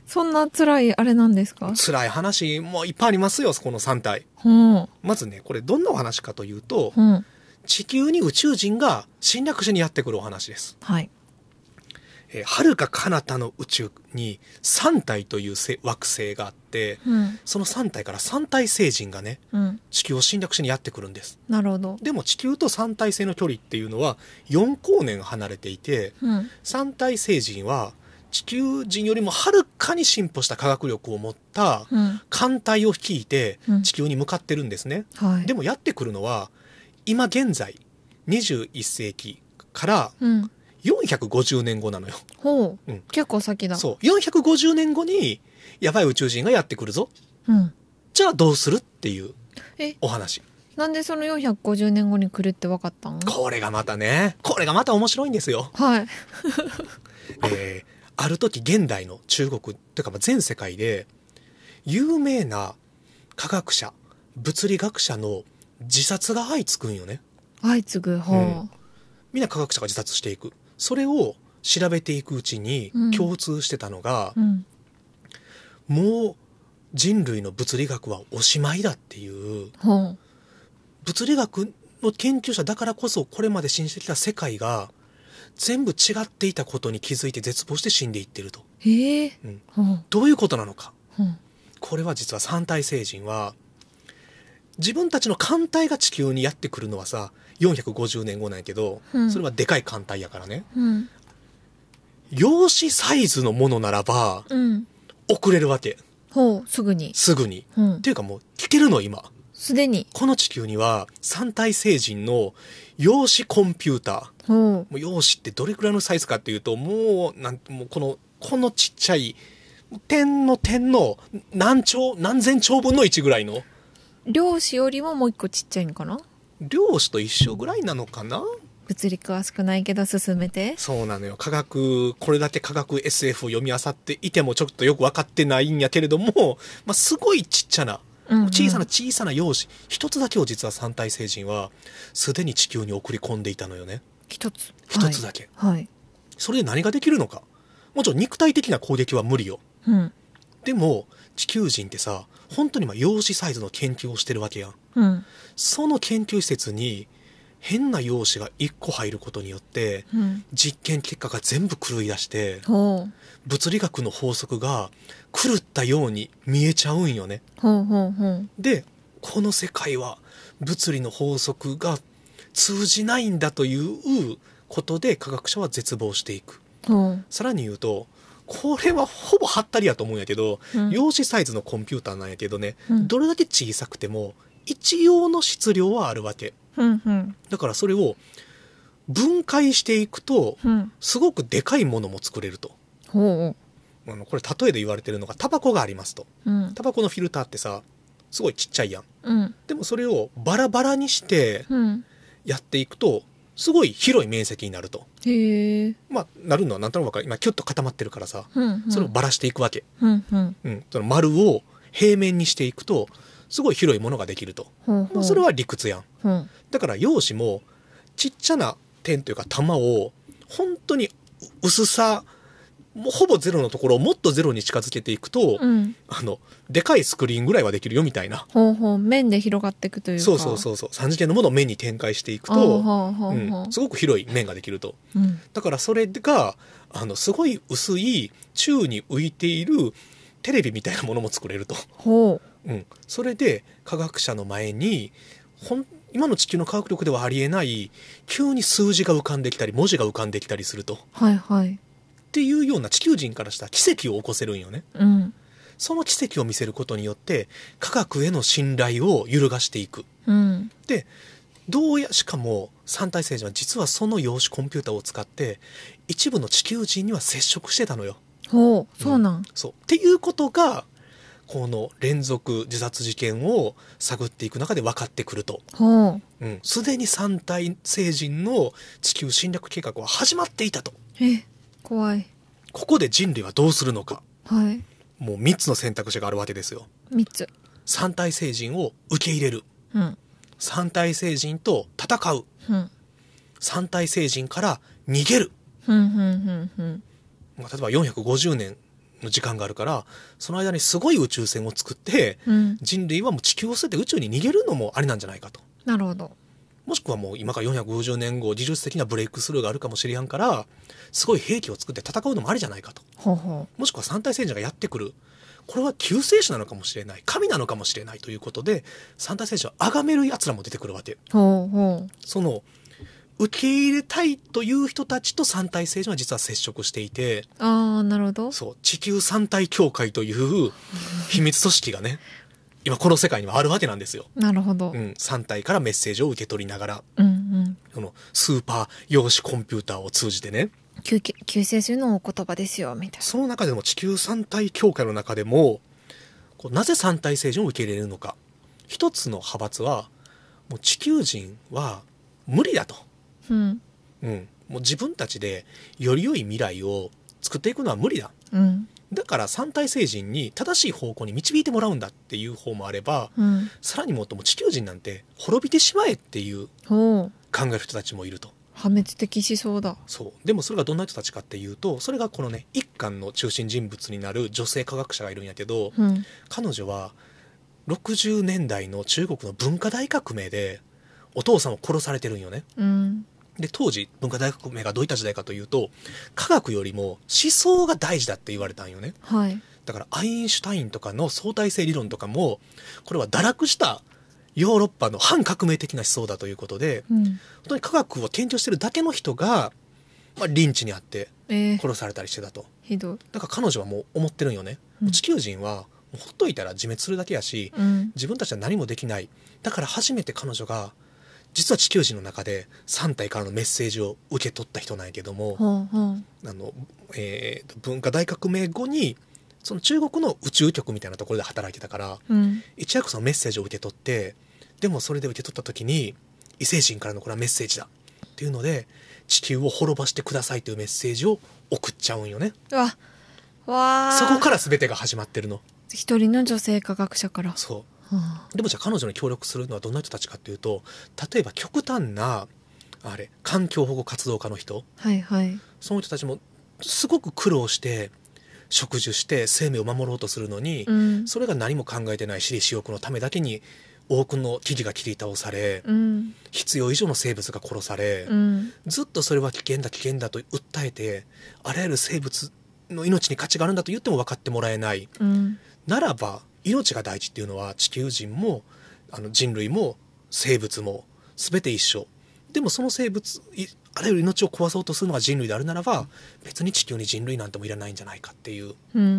Speaker 2: そんな辛いあれなんですか？
Speaker 1: 辛い話もいっぱいありますよ、このさん体。
Speaker 2: うん。
Speaker 1: まずね、これどんなお話かというと、
Speaker 2: うん。
Speaker 1: 地球に宇宙人が侵略しにやってくるお話です。
Speaker 2: はい。
Speaker 1: えー、遥か彼方の宇宙にさん体というせ惑星があって、
Speaker 2: うん。
Speaker 1: そのさん体からさん体星人がね、
Speaker 2: うん。
Speaker 1: 地球を侵略しにやってくるんです。
Speaker 2: なるほど。
Speaker 1: でも地球とさん体星の距離っていうのはよん光年離れていて、
Speaker 2: うん。
Speaker 1: さん体星人は地球人よりもはるかに進歩した科学力を持った
Speaker 2: うん。
Speaker 1: 艦隊を率いて
Speaker 2: うん
Speaker 1: 地球に向かってるんですね。
Speaker 2: はい。
Speaker 1: でもやってくるのは今現在にじゅういっ世紀から
Speaker 2: うん。
Speaker 1: よんひゃくごじゅうねんごなのよ。
Speaker 2: ほう。
Speaker 1: うん
Speaker 2: 結構先だ。
Speaker 1: そう。よんひゃくごじゅうねんごにやばい宇宙人がやってくるぞ。
Speaker 2: う。ん。
Speaker 1: じゃあどうするっていう
Speaker 2: え、
Speaker 1: お話。
Speaker 2: なんでそのよんひゃくごじゅうねんごに来るって分かったん？
Speaker 1: これがまたね、これがまた面白いんですよ。
Speaker 2: はい。
Speaker 1: えー、ある時現代の中国というかまあ全世界で有名な科学者、物理学者の自殺が相次ぐんよね。
Speaker 2: 相次ぐ。ほう。
Speaker 1: うんみんな科学者が自殺していく。それを調べていくうちに
Speaker 2: うん
Speaker 1: 共通してたのが、
Speaker 2: うん。
Speaker 1: もう人類の物理学はおしまいだっていう、
Speaker 2: ほう。
Speaker 1: 物理学の研究者だからこそこれまで信じてきた世界が全部違っていたことに気づいて絶望して死んでいってると。
Speaker 2: へえ。
Speaker 1: うん
Speaker 2: ほう。
Speaker 1: どういうことなのか。
Speaker 2: ほう。
Speaker 1: これは実は三体星人は自分たちの艦隊が地球にやってくるのはさよんひゃくごじゅうねんごなんやけど、
Speaker 2: うん
Speaker 1: それはでかい艦隊やからね。
Speaker 2: うん。
Speaker 1: 陽子サイズのものならば
Speaker 2: うん。
Speaker 1: 送れるわけ。
Speaker 2: ほう。すぐに。
Speaker 1: すぐに。
Speaker 2: うん
Speaker 1: っていうかもう来てるの今。
Speaker 2: すでに。
Speaker 1: この地球には三体星人の陽子コンピューター。
Speaker 2: ほう。
Speaker 1: もう陽子ってどれくらいのサイズかっていうと、もう、なんもうこの、このちっちゃい、点の点の何兆、何千兆分のいちぐらいの。
Speaker 2: 量子よりももう一個ちっちゃいんかな？
Speaker 1: 量子と一緒ぐらいなのかな。
Speaker 2: 物理詳しくないけど進めて。
Speaker 1: そうなのよ。科学、これだけ科学 エスエフ を読み漁っていてもちょっとよく分かってないんやけれども、まあ、すごいちっちゃな、
Speaker 2: うんうん
Speaker 1: 小さな小さな陽子、一つだけを実は三体星人は、すでに地球に送り込んでいたのよね。
Speaker 2: 一つ。
Speaker 1: 一つだけ。
Speaker 2: はい。はい。
Speaker 1: それで何ができるのか。もちろん肉体的な攻撃は無理よ。
Speaker 2: うん。
Speaker 1: でも、地球人ってさ、本当にまあ陽子サイズの研究をしてるわけやん。
Speaker 2: うん。
Speaker 1: その研究施設に、変な陽子がいっこ入ることによって、
Speaker 2: うん。
Speaker 1: 実験結果が全部狂い出して、
Speaker 2: ほう。
Speaker 1: 物理学の法則が狂ったように見えちゃうんよね。
Speaker 2: ほうほうほう。
Speaker 1: で、この世界は物理の法則が通じないんだということで科学者は絶望していく。
Speaker 2: ほう。
Speaker 1: さらに言うと、これはほぼハったりやと思うんやけど、
Speaker 2: うん
Speaker 1: 陽子サイズのコンピューターなんやけどね、
Speaker 2: うん
Speaker 1: どれだけ小さくても一応の質量はあるわけ。
Speaker 2: うんうん。
Speaker 1: だからそれを分解していくと、
Speaker 2: うん。
Speaker 1: すごくでかいものも作れると。
Speaker 2: ほ
Speaker 1: あのこれ例えで言われてるのがタバコがありますと。
Speaker 2: う。うん。
Speaker 1: タバコのフィルターってさ、すごいちっちゃいやん。
Speaker 2: うん。
Speaker 1: でもそれをバラバラにして
Speaker 2: うん。
Speaker 1: やっていくと、すごい広い面積になると。
Speaker 2: へえ。
Speaker 1: まあ、なるのはなんとなくわかる。今、キュッと固まってるからさ、
Speaker 2: うんうん。
Speaker 1: それをばらしていくわけ。
Speaker 2: うんうん。
Speaker 1: うん。その丸を平面にしていくと、すごい広いものができると。
Speaker 2: ほうほう。
Speaker 1: まあ、それは理屈やん。
Speaker 2: うん。
Speaker 1: だから陽子も、ちっちゃな点というか玉を、本当に薄さ、もうほぼゼロのところをもっとゼロに近づけていくと、
Speaker 2: うん。
Speaker 1: あの、でかいスクリーンぐらいはできるよみたいな。
Speaker 2: ほうほう。面で広がっていくというか。
Speaker 1: そうそうそうそう。三次元のものを面に展開していく
Speaker 2: あー
Speaker 1: と、
Speaker 2: ほうほうほう
Speaker 1: うん、すごく広い面ができると。
Speaker 2: うん。
Speaker 1: だからそれが、あの、すごい薄い宙に浮いているテレビみたいなものも作れると。
Speaker 2: ほう。
Speaker 1: うん。それで科学者の前に、ほん、今の地球の科学力ではありえない、急に数字が浮かんできたり、文字が浮かんできたりすると。
Speaker 2: はいはい。
Speaker 1: っていうような地球人からした奇跡を起こせるんよね。
Speaker 2: うん。
Speaker 1: その奇跡を見せることによって、科学への信頼を揺るがしていく。
Speaker 2: うん。
Speaker 1: で、どうや、しかも三体星人は実はその陽子コンピューターを使って一部の地球人には接触してたのよ。
Speaker 2: ほう。そうなん。
Speaker 1: そう。っていうことが、この連続自殺事件を探っていく中で分かってくると。
Speaker 2: ほう。
Speaker 1: うん。すでに三体星人の地球侵略計画は始まっていたと。
Speaker 2: え、怖い。
Speaker 1: ここで人類はどうするのか。
Speaker 2: はい。
Speaker 1: もうみっつの選択肢があるわけですよ。
Speaker 2: 三つ。
Speaker 1: 三体星人を受け入れる。
Speaker 2: うん。
Speaker 1: 三体星人と戦う。
Speaker 2: うん。
Speaker 1: 三体星人から逃げる。
Speaker 2: ふんふんふんふん。
Speaker 1: まあ例えばよんひゃくごじゅうねんの時間があるから、その間にすごい宇宙船を作って、
Speaker 2: うん、
Speaker 1: 人類はもう地球を捨てて宇宙に逃げるのもありなんじゃないかと。
Speaker 2: なるほど。
Speaker 1: もしくはもう今からよんひゃくごじゅうねんご、技術的なブレイクスルーがあるかもしれんから、すごい兵器を作って戦うのもありじゃないかと。
Speaker 2: ほうほ
Speaker 1: もしくは三体星人がやってくる。これは救世主なのかもしれない。神なのかもしれないということで、三体星人を崇める奴らも出てくるわけ。
Speaker 2: ほうほう。
Speaker 1: その、受け入れたいという人たちと三体星人は実は接触していて、
Speaker 2: ああ、なるほど。
Speaker 1: そう、地球三体協会という秘密組織がね、今この世界にはあるわけなんですよ。
Speaker 2: なるほど。
Speaker 1: うん、三体からメッセージを受け取りながら、
Speaker 2: うんうん。
Speaker 1: そのスーパー量子コンピューターを通じてね、
Speaker 2: 救救世主のお言葉ですよみたいな。
Speaker 1: その中でも地球三体協会の中でも、こうなぜ三体星人を受け入れるのか。一つの派閥は、もう地球人は無理だと。
Speaker 2: うん。
Speaker 1: うん。もう自分たちでより良い未来を作っていくのは無理だ。
Speaker 2: うん。
Speaker 1: だから三体星人に正しい方向に導いてもらうんだっていう方もあれば、
Speaker 2: うん、
Speaker 1: さらにもっとも地球人なんて滅びてしまえっていう考える人たちもいると。
Speaker 2: 破滅的思想だ。
Speaker 1: そう。でもそれがどんな人たちかっていうと、それがこのね、一巻の中心人物になる女性科学者がいるんやけど、
Speaker 2: うん、
Speaker 1: 彼女はろくじゅうねんだいの中国の文化大革命でお父さんを殺されてるんよね。
Speaker 2: うん、
Speaker 1: で、当時文化大革命がどういった時代かというと、科学よりも思想が大事だって言われたんよね。
Speaker 2: はい。
Speaker 1: だからアインシュタインとかの相対性理論とかも、これは堕落したヨーロッパの反革命的な思想だということで、
Speaker 2: うん、
Speaker 1: 本当に科学を研究してるだけの人が、まあ、リンチにあって
Speaker 2: えー、
Speaker 1: 殺されたりしてたと。
Speaker 2: ひどい。
Speaker 1: だから彼女はもう思ってるんよね。
Speaker 2: うん、
Speaker 1: 地球人はもうほっといたら自滅するだけやし、
Speaker 2: うん、
Speaker 1: 自分たちは何もできない。だから初めて彼女が、実は地球人の中でさん体からのメッセージを受け取った人なんやけども、
Speaker 2: ほうほう。
Speaker 1: あの、えー、文化大革命後に、その中国の宇宙局みたいなところで働いてたから、
Speaker 2: うん、
Speaker 1: 一躍そのメッセージを受け取って、でもそれで受け取った時に、異星人からのこれはメッセージだっていうので、地球を滅ぼしてくださいというメッセージを送っちゃうんよね。
Speaker 2: うわ、わー。
Speaker 1: そこから全てが始まってるの。
Speaker 2: 一人の女性科学者から。
Speaker 1: そう。
Speaker 2: はあ、
Speaker 1: でもじゃあ彼女に協力するのはどんな人たちかっていうと、例えば極端な、あれ、環境保護活動家の人。
Speaker 2: はいはい。
Speaker 1: その人たちもすごく苦労して、植樹して生命を守ろうとするのに、
Speaker 2: うん、
Speaker 1: それが何も考えてない私利私欲のためだけに多くの木々が切り倒され、
Speaker 2: うん、
Speaker 1: 必要以上の生物が殺され、
Speaker 2: うん、
Speaker 1: ずっとそれは危険だ危険だと訴えて、あらゆる生物の命に価値があるんだと言っても分かってもらえない、
Speaker 2: うん、
Speaker 1: ならば命が大事っていうのは地球人もあの人類も生物も全て一緒。でもその生物あらゆる命を壊そうとするのが人類であるならば、別に地球に人類なんてもいらないんじゃないかっていう、
Speaker 2: うんうん、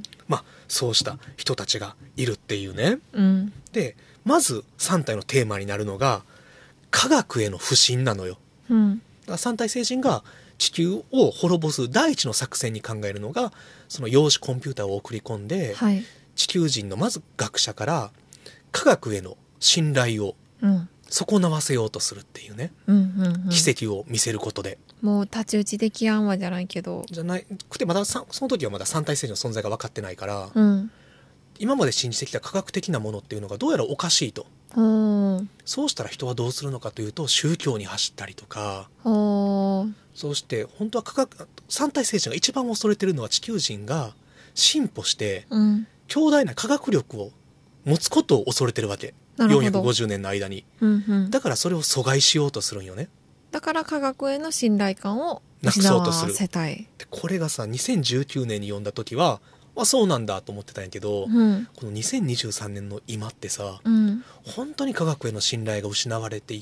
Speaker 1: まあそうした人たちがいるっていうね、
Speaker 2: うん、
Speaker 1: でまずさん体のテーマになるのが科学への不信なのよ。
Speaker 2: うん、
Speaker 1: だからさん体星人が地球を滅ぼす第一の作戦に考えるのが、その量子コンピューターを送り込んで、
Speaker 2: はい、
Speaker 1: 地球人のまず学者から科学への信頼を損なわせようとするっていうね、
Speaker 2: うんうんうん、
Speaker 1: 奇跡を見せることで、
Speaker 2: もう太刀打ちできやんわじゃないけど、
Speaker 1: じゃなくてまだその時はまださん体星人の存在が分かってないから、
Speaker 2: うん、
Speaker 1: 今まで信じてきた科学的なものっていうのがどうやらおかしいと。そうしたら人はどうするのかというと、宗教に走ったりとか、そうして本当は科学さん体星人が一番恐れてるのは地球人が進歩して、うん、強大な科学力を持つことを恐れてるわけ。よんひゃくごじゅうねんの間に、うんうん、だからそれを阻害しようとするんよね。
Speaker 2: だから科学への信頼感を失わせたい。
Speaker 1: でこれがさにせんじゅうきゅうねんに読んだ時は、あ、そうなんだと思ってたんやけど、うん、このにせんにじゅうさんねんの今ってさ、うん、本当に科学への信頼が失われていって、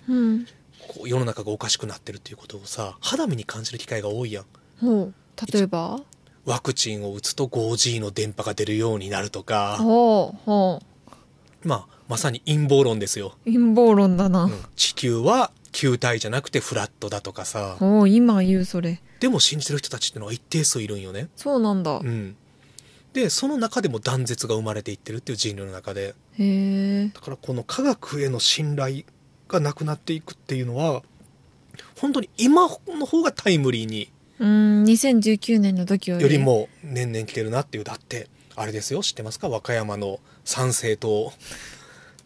Speaker 1: うん、こう世の中がおかしくなってるっていうことをさ、肌身に感じる機会が多いやん。
Speaker 2: ほう、例えば
Speaker 1: ワクチンを打つと ファイブジー の電波が出るようになるとか、
Speaker 2: ほうほ
Speaker 1: う、まあまさに陰謀論ですよ。
Speaker 2: 陰謀論だな、うん、
Speaker 1: 地球は球体じゃなくてフラットだとかさ。
Speaker 2: お今言うそれ。
Speaker 1: でも信じてる人たちってのは一定数いるんよね。
Speaker 2: そうなんだ。
Speaker 1: うん。でその中でも断絶が生まれていってるっていう人類の中で。
Speaker 2: へえ。
Speaker 1: だからこの科学への信頼がなくなっていくっていうのは本当に今の方がタイムリーに、
Speaker 2: うんにせんじゅうきゅうねんの時より
Speaker 1: よりも年々来てるなっていう。だってあれですよ、知ってますか、和歌山の参政党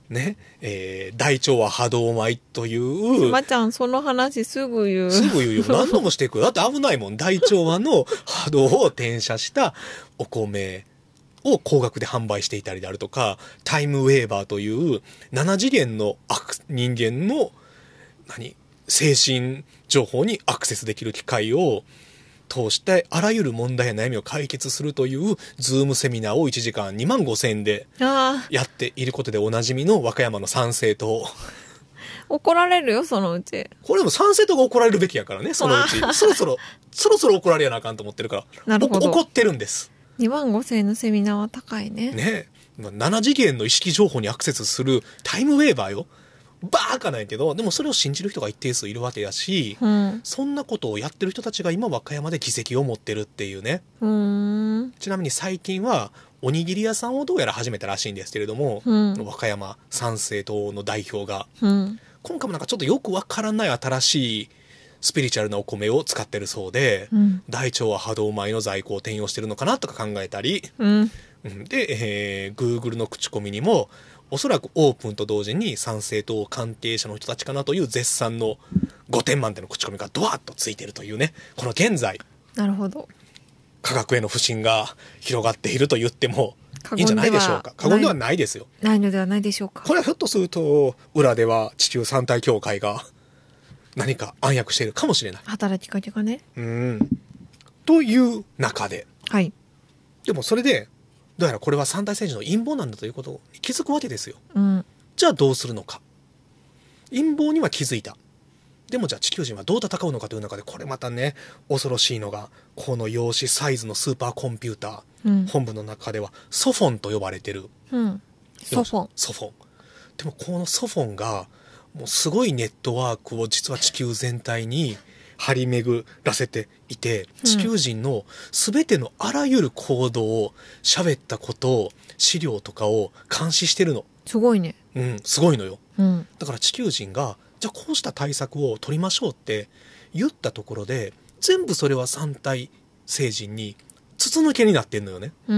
Speaker 1: ね、えー、大腸は波動米という。
Speaker 2: まちゃん、その話すぐ言う。
Speaker 1: すぐ言うよ。何度もしていくよ。だって危ないもん。大腸はの波動を転写したお米を高額で販売していたりであるとか、タイムウェーバーというなな次元の人間の、何精神情報にアクセスできる機械を通してあらゆる問題や悩みを解決するというズームセミナーをいちじかんにまんごせんえんでやっていることでおなじみの和歌山の参政党。
Speaker 2: 怒られるよそのうち。
Speaker 1: これでも参政党が怒られるべきやからね、そのうち。そろそろそろそろ怒られやなあかんと思ってるから。
Speaker 2: なるほど。
Speaker 1: 怒ってるんです。
Speaker 2: にまんごせんえんのセミナーは高いね。
Speaker 1: ねえ、なな次元の意識情報にアクセスするタイムウェーバーよ。バーカなんやけど、でもそれを信じる人が一定数いるわけやし、
Speaker 2: うん、
Speaker 1: そんなことをやってる人たちが今和歌山で議席を持ってるっていうね。
Speaker 2: うーん、
Speaker 1: ちなみに最近はおにぎり屋さんをどうやら始めたらしいんですけれども、
Speaker 2: うん、
Speaker 1: 和歌山参政党の代表が、
Speaker 2: うん、
Speaker 1: 今回もなんかちょっとよくわからない新しいスピリチュアルなお米を使ってるそうで、
Speaker 2: うん、
Speaker 1: 大腸は波動米の在庫を転用してるのかなとか考えたり、
Speaker 2: うん、
Speaker 1: で、えー、Google の口コミにもおそらくオープンと同時に参政党関係者の人たちかなという絶賛のごてん満点の口コミがドワッとついているというね、この現在、
Speaker 2: なるほど、
Speaker 1: 科学への不信が広がっていると言ってもいいんじゃないでしょうか。過言ではないですよ。
Speaker 2: ないのではないでしょうか。
Speaker 1: これはひょっとすると裏では地球三体協会が何か暗躍しているかもしれない。
Speaker 2: 働きかけがね。
Speaker 1: うんという中で、
Speaker 2: はい。
Speaker 1: でもそれでどうやらこれは三体星人の陰謀なんだということに気づくわけですよ。
Speaker 2: うん。
Speaker 1: じゃあどうするのか。陰謀には気づいた。でもじゃあ地球人はどう戦うのかという中で、これまたね恐ろしいのが、この陽子サイズのスーパーコンピューター、うん、本部の中ではソフォンと呼ばれてる、
Speaker 2: うん、ソフォン
Speaker 1: ソフォンでもこのソフォンがもうすごいネットワークを実は地球全体に張り巡らせていて、地球人の全てのあらゆる行動を、喋ったことを、資料とかを監視してるの。
Speaker 2: すごいね。
Speaker 1: うん、すごいのよ。
Speaker 2: うん、
Speaker 1: だから地球人がじゃあこうした対策を取りましょうって言ったところで、全部それは三体星人に筒抜けになってんのよね。
Speaker 2: うん。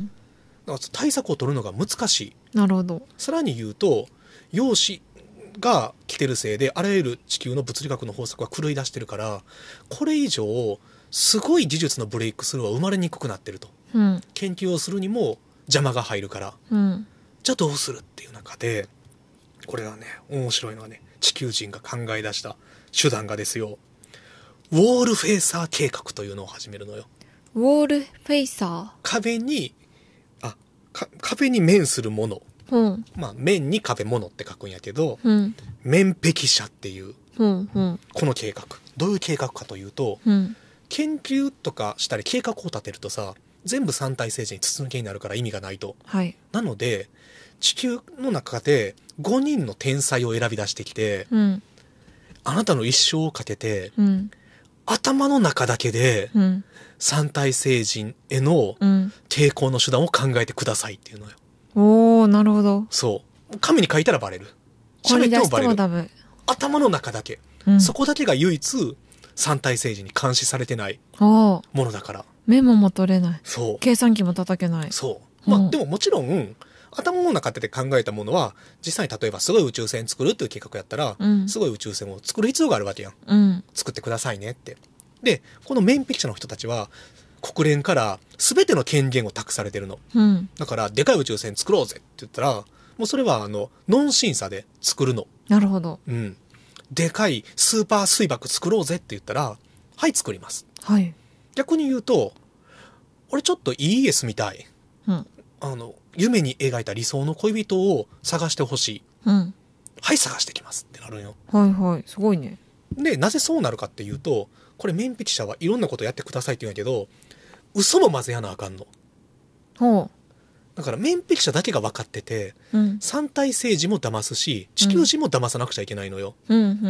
Speaker 1: だから対策を取るのが難しい。
Speaker 2: なるほど。
Speaker 1: さらに言うと、陽子が来てるせいであらゆる地球の物理学の法則が狂い出してるから、これ以上すごい技術のブレイクスルーは生まれにくくなってると、
Speaker 2: うん、
Speaker 1: 研究をするにも邪魔が入るから、
Speaker 2: うん、
Speaker 1: じゃあどうするっていう中で、これはね面白いのはね、地球人が考え出した手段がですよ、ウォールフェイサー計画というのを始めるのよ。
Speaker 2: ウォールフェイサー、
Speaker 1: 壁にあか壁に面するもの、
Speaker 2: うん、
Speaker 1: まあ面に壁ものって書くんやけど、
Speaker 2: うん、
Speaker 1: 面壁写っていう、
Speaker 2: うんうん、
Speaker 1: この計画どういう計画かというと、
Speaker 2: うん、
Speaker 1: 研究とかしたり計画を立てるとさ、全部三体星人に筒抜けになるから意味がないと、
Speaker 2: はい、
Speaker 1: なので地球の中でごにんの天才を選び出してきて、
Speaker 2: うん、
Speaker 1: あなたの一生をかけて、
Speaker 2: うん、
Speaker 1: 頭の中だけで、うん、三体星人への抵抗の手段を考えてくださいっていうのよ。
Speaker 2: おー、なるほど。
Speaker 1: そう紙に書いたらバレる、
Speaker 2: 喋ってもバレる、ダメ。
Speaker 1: 頭の中だけ、うん、そこだけが唯一三体星人に監視されてないものだから、
Speaker 2: メモも取れない、
Speaker 1: そう
Speaker 2: 計算機も叩けない。
Speaker 1: そう、まあ、うん、でももちろん頭の中で考えたものは実際に例えばすごい宇宙船作るっていう計画やったら、うん、すごい宇宙船を作る必要があるわけやん、
Speaker 2: うん、
Speaker 1: 作ってくださいねって。でこの面壁者の人たちは国連から全ての権限を託されてるの、
Speaker 2: うん、
Speaker 1: だからでかい宇宙船作ろうぜって言ったら、もうそれはあのノン審査で作るの。
Speaker 2: なるほど、
Speaker 1: うん、でかいスーパー水爆作ろうぜって言ったら、はい作ります、
Speaker 2: はい、
Speaker 1: 逆に言うと、俺ちょっと イーエス みたい、
Speaker 2: うん、
Speaker 1: あの夢に描いた理想の恋人を探してほしい、
Speaker 2: うん、
Speaker 1: はい探してきますってなるんよ。
Speaker 2: はいはい、すごいね。
Speaker 1: でなぜそうなるかっていうと、これ面壁者はいろんなことやってくださいって言うんやけど、嘘も混ぜやなあかんの。
Speaker 2: ほう。
Speaker 1: だから面壁者だけが分かってて、
Speaker 2: うん、
Speaker 1: 三体星人も騙すし地球人も騙さなくちゃいけないのよ、
Speaker 2: うんうんうんうん、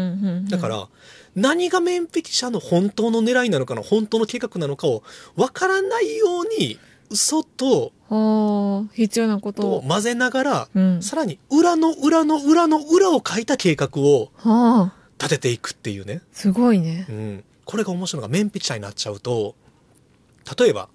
Speaker 2: だ
Speaker 1: から何が面壁者の本当の狙いなのかの本当の計画なのかを分からないように嘘と
Speaker 2: 必要なこと
Speaker 1: を混ぜながら、
Speaker 2: うん、
Speaker 1: さらに裏の裏の裏の裏を書いた計画を立てていくっていうね。
Speaker 2: すごいね、
Speaker 1: うん、これが面白いのが、面壁者になっちゃうと、例えば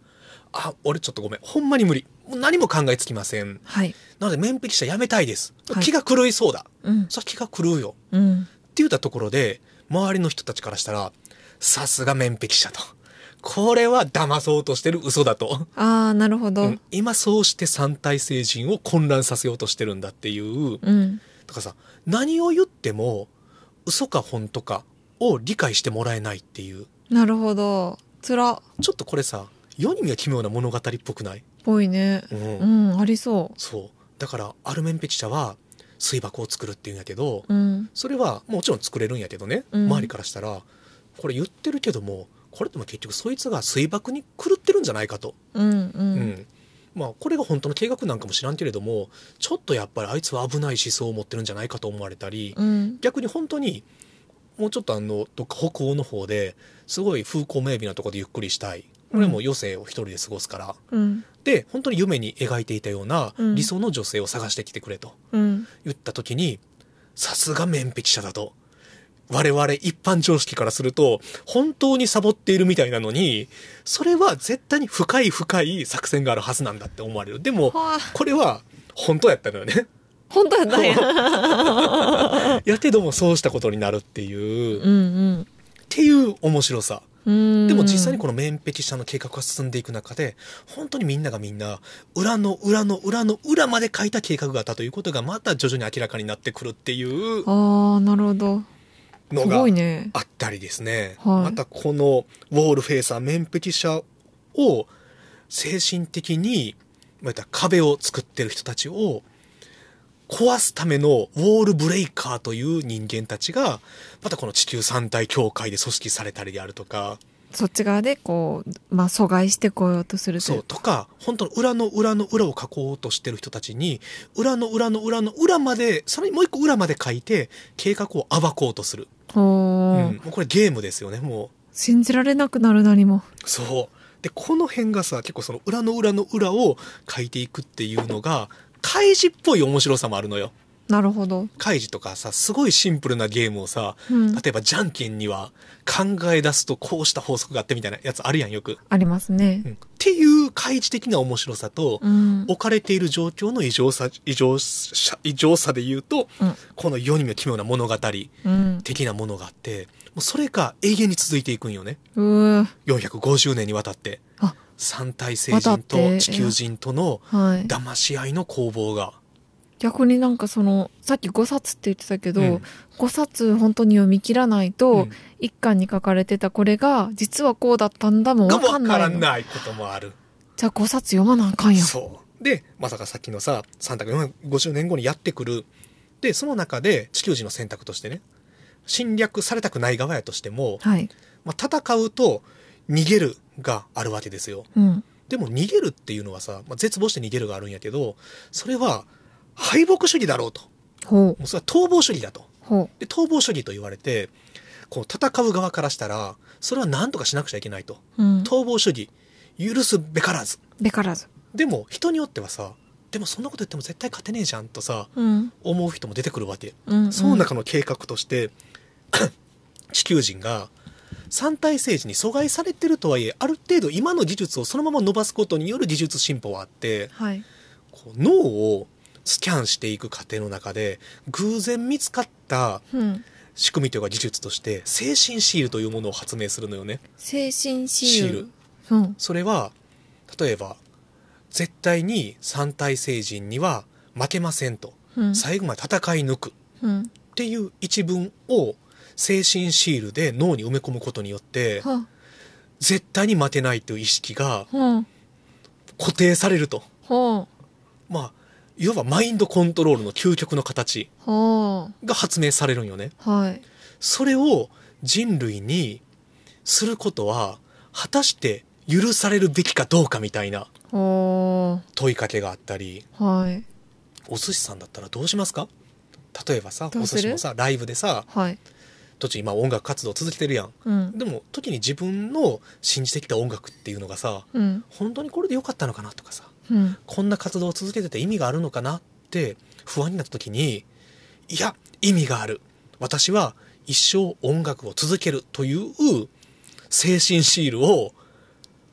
Speaker 1: あ、俺ちょっとごめん。ほんまに無理。もう何も考えつきません。
Speaker 2: はい。
Speaker 1: なので、面壁者やめたいです。
Speaker 2: はい
Speaker 1: 気が狂いそうだ。
Speaker 2: うん。
Speaker 1: さあ気が狂うよ。
Speaker 2: うん。
Speaker 1: って言ったところで、周りの人たちからしたら、さすが面壁者と。これは騙そうとしてる嘘だと。
Speaker 2: ああ、なるほど。
Speaker 1: うん今そうして三体星人を混乱させようとしてるんだっていう。
Speaker 2: うん。
Speaker 1: だからさ、何を言っても、嘘か本当かを理解してもらえないっていう。
Speaker 2: なるほど。つら。
Speaker 1: ちょっとこれさ、世にも奇妙な物語っぽくない
Speaker 2: ぽいね。
Speaker 1: う。
Speaker 2: うんん、ありそ
Speaker 1: そう。だから、ある面壁者は、水爆を作るっていうんやけど、
Speaker 2: う。うん。
Speaker 1: それはもちろん作れるんやけどね、
Speaker 2: うん
Speaker 1: 周りからしたら、これ言ってるけども、これっても結局そいつが水爆に狂ってるんじゃないかと。
Speaker 2: うん、う。
Speaker 1: うんん。まあ、これが本当の計画なんかも知らんけれども、ちょっとやっぱりあいつは危ない思想を持ってるんじゃないかと思われたり、
Speaker 2: うん。
Speaker 1: 逆に本当に、もうちょっとあの、どっか北欧の方ですごい風光明媚なところでゆっくりしたい。俺も余生を一人で過ごすから。
Speaker 2: うん。
Speaker 1: で、本当に夢に描いていたような
Speaker 2: うん
Speaker 1: 理想の女性を探してきてくれと
Speaker 2: うん。
Speaker 1: 言った時に、さすが面壁者だと。我々一般常識からすると、本当にサボっているみたいなのに、それは絶対に深い深い作戦があるはずなんだって思われる。でも、
Speaker 2: はあ、
Speaker 1: これは本当やったのよね。
Speaker 2: 本当やったんや。
Speaker 1: やけどもそうしたことになるっていう、っ
Speaker 2: うん
Speaker 1: ていう面白さ。
Speaker 2: うん。うん。
Speaker 1: でも実際にこの面壁者の計画が進んでいく中で、本当にみんながみんな、裏の裏の裏の裏まで書いた計画があったということがまた徐々に明らかになってくるっていう
Speaker 2: ああ、なるほど。す
Speaker 1: のが
Speaker 2: ごいね。
Speaker 1: あったりですね。
Speaker 2: はい
Speaker 1: またこのウォールフェイサー面壁者を精神的に、また壁を作ってる人たちを壊すためのウォールブレイカーという人間たちが、またこの地球三大協会で組織されたりであるとか、
Speaker 2: そっち側でこう、まあ、阻害してこようとするとい
Speaker 1: そう、とか、本当の裏の裏の裏を書こうとしてる人たちに、裏の裏の裏の裏まで、さらにもう一個裏まで書いて、計画を暴こうとする。
Speaker 2: ほ
Speaker 1: う
Speaker 2: ー、
Speaker 1: ん。もうこれゲームですよね、も
Speaker 2: 信じられなくなる何も。
Speaker 1: う。そう。で、この辺がさ、結構その裏の裏の裏を書いていくっていうのが、開示っぽい面白さもあるのよ。
Speaker 2: なるほど。
Speaker 1: 開示とかさ、すごいシンプルなゲームをさ、
Speaker 2: うん。
Speaker 1: 例えばじゃんけんには考え出すとこうした法則があってみたいなやつあるやん、よく。
Speaker 2: ありますね
Speaker 1: う。ん。っていう開示的な面白さと、
Speaker 2: うん。
Speaker 1: 置かれている状況の異常さ、異常さ、異常さで言うと、
Speaker 2: うん。
Speaker 1: この世にも奇妙な物語
Speaker 2: うん。
Speaker 1: 的なものがあって、もうそれが永遠に続いていくんよね。
Speaker 2: うー。
Speaker 1: よんひゃくごじゅうねんにわたって。
Speaker 2: あ、
Speaker 1: 三体星人と地球人との
Speaker 2: はい。
Speaker 1: 騙し合いの攻防が。
Speaker 2: 逆になんかその、さっきごさつって言ってたけど、
Speaker 1: うん
Speaker 2: ごさつ本当に読み切らないと、
Speaker 1: うん
Speaker 2: 一巻に書かれてたこれが、実はこうだったんだもん
Speaker 1: が
Speaker 2: わか
Speaker 1: わから
Speaker 2: んないの。
Speaker 1: ないこともある。
Speaker 2: じゃあごさつ読まなあかんやん。
Speaker 1: そう。で、まさかさっきのさ、三択よんひゃくごじゅうねんごにやってくる。で、その中で地球人の選択としてね、侵略されたくない側やとしても、
Speaker 2: はい。
Speaker 1: まあ、戦うと逃げるがあるわけですよ。
Speaker 2: うん。
Speaker 1: でも逃げるっていうのはさ、まあ、絶望して逃げるがあるんやけど、それは敗北主義だろうと。
Speaker 2: ほう。
Speaker 1: もうそれは逃亡主義だと。
Speaker 2: ほ
Speaker 1: で、逃亡主義と言われて、こう戦う側からしたら、それは何とかしなくちゃいけないと。
Speaker 2: う。うん。
Speaker 1: 逃亡主義、許すべからず。
Speaker 2: べからず。
Speaker 1: でも人によってはさ、でもそんなこと言っても絶対勝てねえじゃんとさ、
Speaker 2: うん。
Speaker 1: 思う人も出てくるわけ。
Speaker 2: うん、うん。
Speaker 1: その中の計画として、地球人が三体星人に阻害されてるとはいえ、ある程度今の技術をそのまま伸ばすことによる技術進歩はあって、
Speaker 2: はい。
Speaker 1: こう脳をスキャンしていく過程の中で、偶然見つかった
Speaker 2: うん。
Speaker 1: 仕組みというか技術として、精神シールというものを発明するのよね。
Speaker 2: 精神シール。
Speaker 1: シール
Speaker 2: うん。
Speaker 1: それは、例えば、絶対に三体星人には負けませんと。
Speaker 2: うん。
Speaker 1: 最後まで戦い抜く。
Speaker 2: うん。
Speaker 1: っていう一文を精神シールで脳に埋め込むことによって、
Speaker 2: は
Speaker 1: 絶対に待てないという意識が
Speaker 2: うん。
Speaker 1: 固定されると。
Speaker 2: ほう。
Speaker 1: まあ、いわばマインドコントロールの究極の形
Speaker 2: ほ
Speaker 1: が発明されるんよね。
Speaker 2: う。はい。
Speaker 1: それを人類にすることは、果たして許されるべきかどうかみたいな
Speaker 2: ほ
Speaker 1: 問いかけがあったり、
Speaker 2: う。はい。
Speaker 1: お寿司さんだったらどうしますか？例えばさ、お
Speaker 2: どうする
Speaker 1: 寿司もさ、ライブでさ、
Speaker 2: はい。
Speaker 1: 途中今音楽活動続けてるやん。
Speaker 2: うん。
Speaker 1: でも時に自分の信じてきた音楽っていうのがさ、
Speaker 2: うん。
Speaker 1: 本当にこれで良かったのかなとかさ、
Speaker 2: うん。
Speaker 1: こんな活動を続けてて意味があるのかなって不安になった時に、いや、意味がある。私は一生音楽を続けるという精神シールを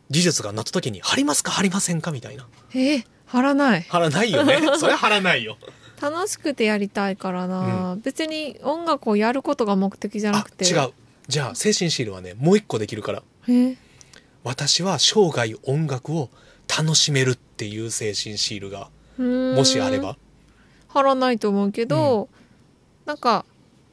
Speaker 1: 技術がなった時に貼りますか貼りませんかみたいな。
Speaker 2: えー、貼らない。
Speaker 1: 貼らないよね。それは貼らないよ。
Speaker 2: 楽しくてやりたいからな、うん、別に音楽をやることが目的じゃなくて。
Speaker 1: 違う。じゃあ精神シールはね、もう一個できるから。
Speaker 2: え
Speaker 1: 私は生涯音楽を楽しめるっていう精神シールがもしあれば。
Speaker 2: 貼らないと思うけど、うん、なんか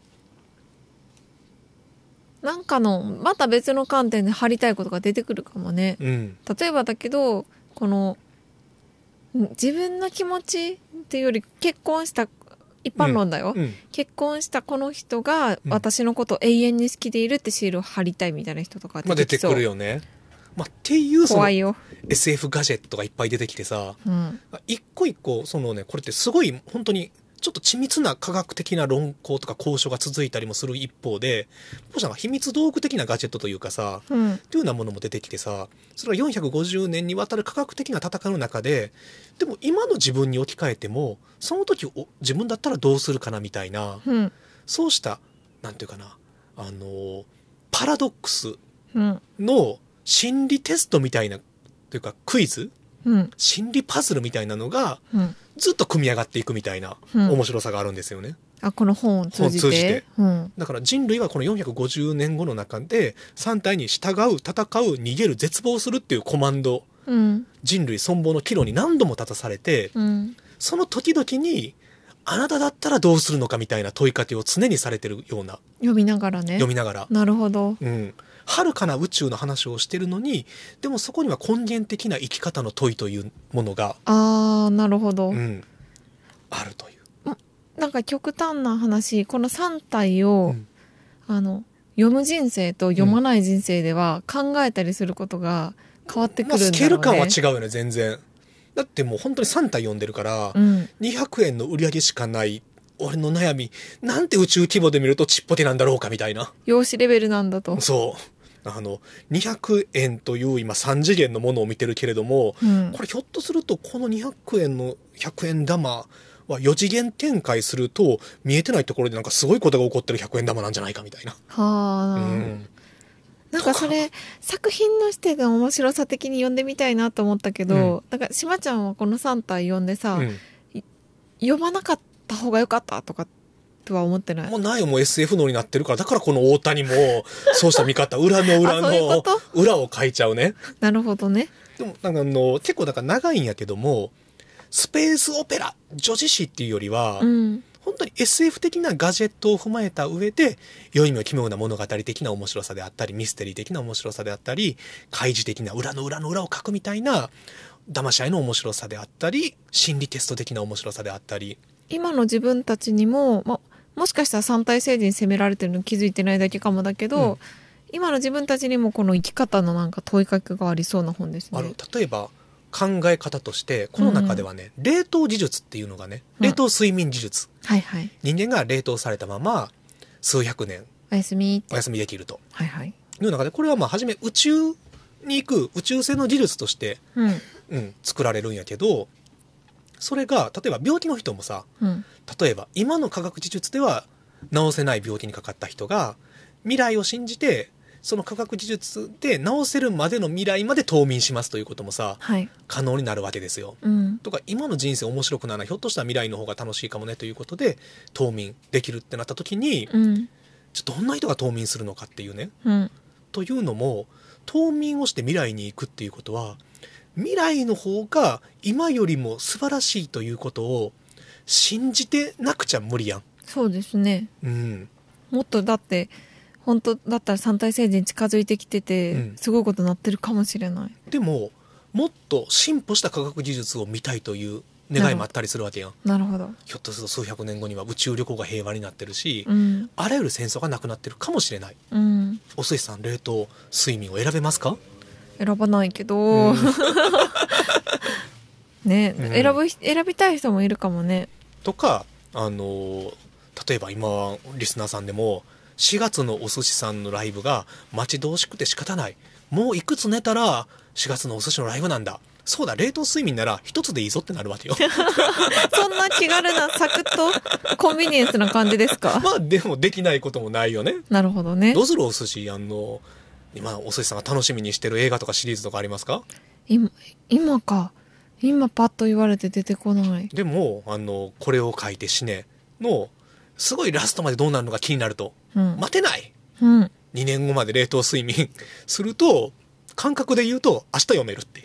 Speaker 2: なんかのまた別の観点で貼りたいことが出てくるかもね、
Speaker 1: うん、
Speaker 2: 例えばだけどこの自分の気持ちっていうより結婚した一般論だよ、
Speaker 1: うんうん、結
Speaker 2: 婚したこの人が私のことを永遠に好きでいるってシールを貼りたいみたいな人とか
Speaker 1: 出てきそう、まあ、出てくるよね、まあ、っていうその
Speaker 2: 怖いよ
Speaker 1: エスエフ ガジェットがいっぱい出てきてさ、
Speaker 2: うん、
Speaker 1: 一個一個そのねこれってすごい本当にちょっと緻密な科学的な論考とか交渉が続いたりもする一方で、もしなんか秘密道具的なガジェットというかさ、
Speaker 2: うん、
Speaker 1: っていうようなものも出てきてさ、それはよんひゃくごじゅうねんにわたる科学的な戦いの中で、でも今の自分に置き換えても、その時お自分だったらどうするかなみたいな、
Speaker 2: うん、
Speaker 1: そうしたなんていうかな、あのパラドックスの心理テストみたいなというかクイズ、
Speaker 2: うん、
Speaker 1: 心理パズルみたいなのが、
Speaker 2: うん
Speaker 1: ずっと組み上がっていくみたいな面白さがあるんですよね。うん、
Speaker 2: あ、この本を通じて。
Speaker 1: 通じて、
Speaker 2: うん。
Speaker 1: だから人類はこのよんひゃくごじゅうねんごの中でさん体に従う、戦う、逃げる、絶望するっていうコマンド、
Speaker 2: うん、
Speaker 1: 人類存亡の岐路に何度も立たされて、
Speaker 2: うん、
Speaker 1: その時々にあなただったらどうするのかみたいな問いかけを常にされてるような。
Speaker 2: 読みながらね。
Speaker 1: 読みながら。
Speaker 2: なるほど。
Speaker 1: うん。遥かな宇宙の話をしてるのに、でもそこには根源的な生き方の問いというものが。
Speaker 2: あー、なるほど。
Speaker 1: うん。あるという。
Speaker 2: なんか極端な話、このさん体を、
Speaker 1: うん、
Speaker 2: あの読む人生と読まない人生では考えたりすることが変わってくるんだろうね。まあ、スケール
Speaker 1: 感は違うよね全然。だってもう本当にさん体読んでるから、
Speaker 2: うん、
Speaker 1: にひゃくえんの売り上げしかない俺の悩み、なんて宇宙規模で見るとちっぽけなんだろうかみたいな。
Speaker 2: 容姿レベルなんだと。
Speaker 1: そう。あのにひゃくえんという今さん次元のものを見てるけれども、
Speaker 2: うん、
Speaker 1: これひょっとするとこのにひゃくえんのひゃくえん玉はよ次元展開すると見えてないところでなんかすごいことが起こってるひゃくえん玉なんじゃないかみたいな。
Speaker 2: はあ、
Speaker 1: うん、
Speaker 2: なんかそれ作品の視点の面白さ的に読んでみたいなと思ったけど、うん、なんかしまちゃんはこのさん体読んでさ、うん、読まなかった方がよかったとかとは思ってない？
Speaker 1: もうないよ、もう エスエフ のになってるから。だからこの大谷もそうした見方裏の裏の裏を書いちゃうね。
Speaker 2: なるほどね。
Speaker 1: でもなんかあの結構だから長いんやけども、スペースオペラ女子誌っていうよりは、
Speaker 2: うん、
Speaker 1: 本当に エスエフ 的なガジェットを踏まえた上で世にも奇妙な物語的な面白さであったり、ミステリー的な面白さであったり、開示的な裏の裏の裏を書くみたいな騙し合いの面白さであったり、心理テスト的な面白さであったり、
Speaker 2: 今の自分たちにも、ま、もしかしたら三体星人に責められてるの気づいてないだけかもだけど、うん、今の自分たちにもこの生き方のなんか問いかけがありそうな本ですね。
Speaker 1: あの例えば考え方としてこの中ではね、うん、冷凍技術っていうのがね、冷凍睡眠技術、
Speaker 2: うん、はいはい、
Speaker 1: 人間が冷凍されたまま数百年
Speaker 2: お休み
Speaker 1: お休みできると、
Speaker 2: はいはい、
Speaker 1: いう中でこれはまあ初め宇宙に行く宇宙船の技術として、
Speaker 2: うん
Speaker 1: うん、作られるんやけど、それが例えば病気の人もさ、
Speaker 2: うん、
Speaker 1: 例えば今の科学技術では治せない病気にかかった人が未来を信じてその科学技術で治せるまでの未来まで冬眠しますということもさ、
Speaker 2: はい、
Speaker 1: 可能になるわけですよ、
Speaker 2: うん、
Speaker 1: とか今の人生面白くならない、ひょっとしたら未来の方が楽しいかもねということで冬眠できるってなった時に、
Speaker 2: うん、
Speaker 1: じゃどんな人が冬眠するのかっていうね、
Speaker 2: うん、
Speaker 1: というのも冬眠をして未来に行くっていうことは未来の方が今よりも素晴らしいということを信じてなくちゃ無理やん。
Speaker 2: そうですね、
Speaker 1: うん、
Speaker 2: もっとだって本当だったら三体星人近づいてきてて、うん、すごいことになってるかもしれない。
Speaker 1: でももっと進歩した科学技術を見たいという願いもあったりするわけやん。
Speaker 2: なるほど。
Speaker 1: ひょっとすると数百年後には宇宙旅行が平和になってるし、
Speaker 2: うん、
Speaker 1: あらゆる戦争がなくなってるかもしれない、
Speaker 2: うん、
Speaker 1: お寿司さん冷凍睡眠を選べますか？
Speaker 2: 選ばないけど、うん、ね、うん、選ぶ選びたい人もいるかもね。と
Speaker 1: かあの例えば今リスナーさんでもしがつのお寿司さんのライブが待ち遠しくて仕方ない、もういくつ寝たらしがつのお寿司のライブなんだ、そうだ冷凍睡眠なら一つでいいぞってなるわけよ。
Speaker 2: そんな気軽なサクッとコンビニエンスな感じですか？
Speaker 1: まあでもできないこともないよね。
Speaker 2: なるほどね。
Speaker 1: どうするお寿司あの今おすしさんが楽しみにしてる映画とかシリーズとかありますか？
Speaker 2: 今今か今パッと言われて出てこない。
Speaker 1: でもあのこれを書いて死ねのすごいラストまでどうなるのか気になると、
Speaker 2: うん、
Speaker 1: 待てない、
Speaker 2: うん、
Speaker 1: にねんごまで冷凍睡眠すると感覚で言うと明日読めるっていう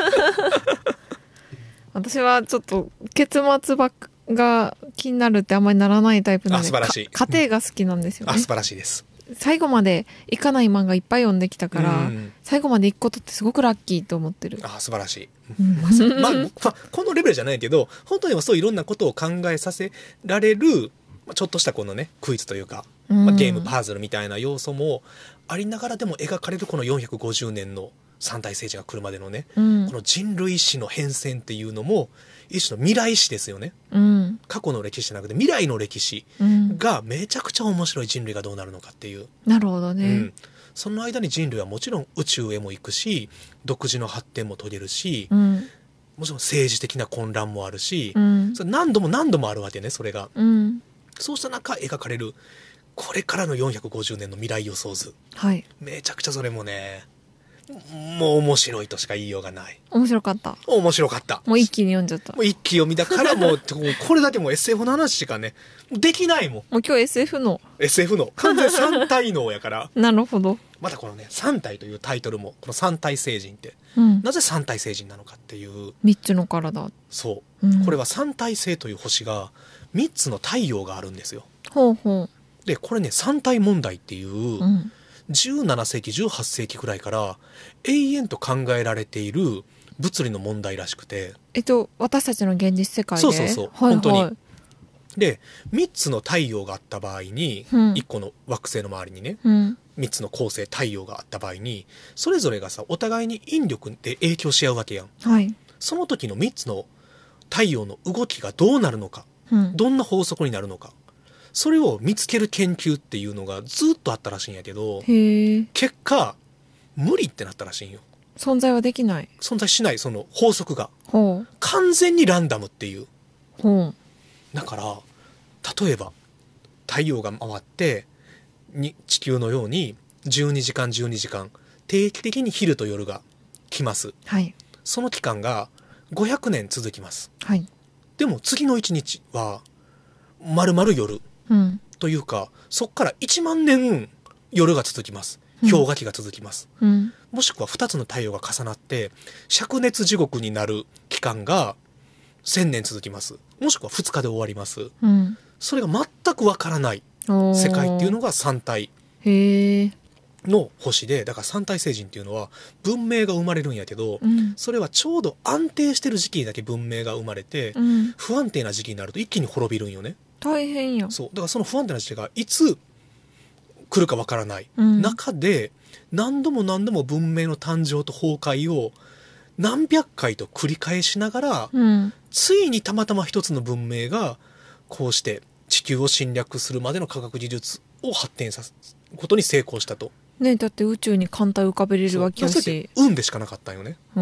Speaker 2: 私はちょっと結末ばっが気になるってあんまりならないタイプなので、
Speaker 1: あ素晴らしい、
Speaker 2: 家庭が好きなんですよね。
Speaker 1: あ素晴らしいです。
Speaker 2: 最後までいかない漫画いっぱい読んできたから、
Speaker 1: うん、
Speaker 2: 最後まで行くことってすごくラッキーと思ってる。
Speaker 1: あ素晴らしい、
Speaker 2: うん
Speaker 1: まあ、まあ、このレベルじゃないけど本当にそういろんなことを考えさせられるちょっとしたこのねクイズというか、まあ、ゲームパズルみたいな要素もありながらでも描かれるこのよんひゃくごじゅうねんの三大聖地が来るまでのね、
Speaker 2: うん、
Speaker 1: この人類史の変遷っていうのも一種の未来史ですよね、
Speaker 2: うん、
Speaker 1: 過去の歴史じゃなくて未来の歴史がめちゃくちゃ面白い、人類がどうなるのかっていう。
Speaker 2: なるほどね、
Speaker 1: うん、その間に人類はもちろん宇宙へも行くし独自の発展も遂げるし、
Speaker 2: うん、
Speaker 1: もちろん政治的な混乱もあるし、
Speaker 2: うん、
Speaker 1: それ何度も何度もあるわけねそれが、
Speaker 2: うん、
Speaker 1: そうした中描かれるこれからのよんひゃくごじゅうねんの未来予想図、
Speaker 2: はい、
Speaker 1: めちゃくちゃそれもねもう面白いとしか言いようがない。
Speaker 2: 面白かった。
Speaker 1: 面白かった。
Speaker 2: もう一気に読んじゃった。
Speaker 1: もう一気読みだからもうこれだけもう エスエフ の話しかねできないもん。
Speaker 2: もう今日 エスエフ の
Speaker 1: エスエフ の完全三体脳やから
Speaker 2: なるほど。
Speaker 1: またこのね三体というタイトルもこの三体星人って、
Speaker 2: うん、
Speaker 1: なぜ三体星人なのかっていう
Speaker 2: 三つの体。
Speaker 1: そう、
Speaker 2: うん、
Speaker 1: これは三体星という星が三つの太陽があるんですよ。
Speaker 2: ほうほ
Speaker 1: うでこれね三体問題っていう、
Speaker 2: うん、
Speaker 1: じゅうななせいきじゅうはっせいきくらいから永遠と考えられている物理の問題らしくて、
Speaker 2: えっと私たちの現実世界で
Speaker 1: そうそうそう、
Speaker 2: はいはい、
Speaker 1: 本当にでみっつの太陽があった場合に、うん、いっこの惑星の周りにね、うん、みっつの恒星太陽があった場合にそれぞれがさお互いに引力で影響し合うわけやん、
Speaker 2: はい、
Speaker 1: その時のみっつの太陽の動きがどうなるのか、うん、どんな法則になるのか、それを見つける研究っていうのがずっとあったらしいんやけど、結果無理ってなったらしいんよ。
Speaker 2: 存在はできない、
Speaker 1: 存在しない、その法則が完全にランダムっていう。
Speaker 2: ほう
Speaker 1: だから例えば太陽が回ってに地球のようにじゅうにじかんじゅうにじかん定期的に昼と夜が来ます、
Speaker 2: はい、
Speaker 1: その期間がごひゃくねん続きます、
Speaker 2: はい、
Speaker 1: でも次のいちにちは丸々夜、うん、というかそっからいちまんねん夜が続きます、氷河期が続きます、うん、もしくはふたつの太陽が重なって灼熱地獄になる期間がせんねん続きます、もしくはふつかで終わります、うん、それが全くわからない世界っていうのが三体の星で、だから三体星人っていうのは文明が生まれるんやけど、うん、それはちょうど安定してる時期にだけ文明が生まれて、うん、不安定な時期になると一気に滅びるんよね。
Speaker 2: 大変よ。
Speaker 1: そうだからその不安定な時期がいつ来るかわからない、うん、中で何度も何度も文明の誕生と崩壊を何百回と繰り返しながら、うん、ついにたまたま一つの文明がこうして地球を侵略するまでの科学技術を発展させることに成功したと。
Speaker 2: ね、だって宇宙に艦隊浮かべれるわけやし、
Speaker 1: 運でしかなかったんよね。
Speaker 2: うん、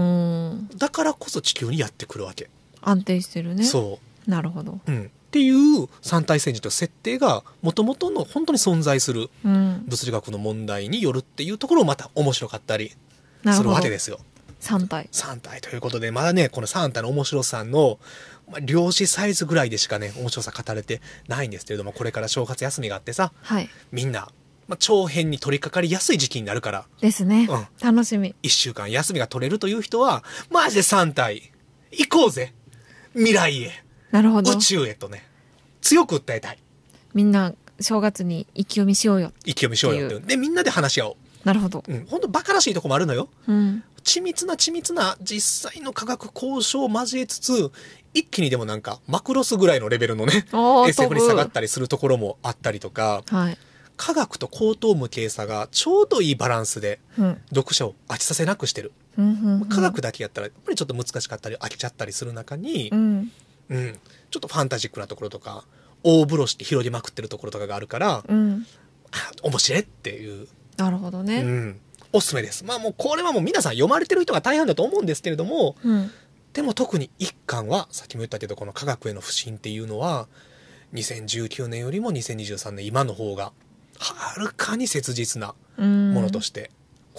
Speaker 1: だからこそ地球にやってくるわけ。
Speaker 2: 安定してるね。
Speaker 1: そう
Speaker 2: なるほど、
Speaker 1: うん、っていう三体星人という設定がもともとの本当に存在する物理学の問題によるっていうところもまた面白かったりするわけですよ。
Speaker 2: 三体
Speaker 1: 三体ということでまだねこの三体の面白さの、まあ、量子サイズぐらいでしかね面白さ語れてないんですけれども、これから正月休みがあってさ、
Speaker 2: はい、
Speaker 1: みんな、まあ、長編に取り掛かりやすい時期になるから
Speaker 2: ですね、うん、楽しみ。い
Speaker 1: っしゅうかん休みが取れるという人はマジで三体行こうぜ、未来へ、
Speaker 2: なるほど、
Speaker 1: 宇宙へとね強く訴えたい。
Speaker 2: みんな正月に一気読みしようよ、
Speaker 1: 一気読みしようよってでみんなで話し合おう。
Speaker 2: なるほど、
Speaker 1: うん、本当バカらしいとこもあるのよ、
Speaker 2: うん、
Speaker 1: 緻密な緻密な実際の科学交渉を交えつつ一気にでもなんかマクロスぐらいのレベルのね エスエフ に下がったりするところもあったりとか、
Speaker 2: はい、
Speaker 1: 科学と高等無形さがちょうどいいバランスで読者を飽きさせなくしてる、うん、科学だけやったらやっぱりちょっと難しかったり飽きちゃったりする中に、うんうん、ちょっとファンタジックなところとか大風呂して広げまくってるところとかがあるから、うん、面白いっていう。
Speaker 2: なるほどね、
Speaker 1: うん、おすすめです。まあもうこれはもう皆さん読まれてる人が大半だと思うんですけれども、うん、でも特に一巻はさっきも言ったけどこの科学への不信っていうのはにせんじゅうきゅうねんよりもにせんにじゅうさんねん今の方がはるかに切実なものとして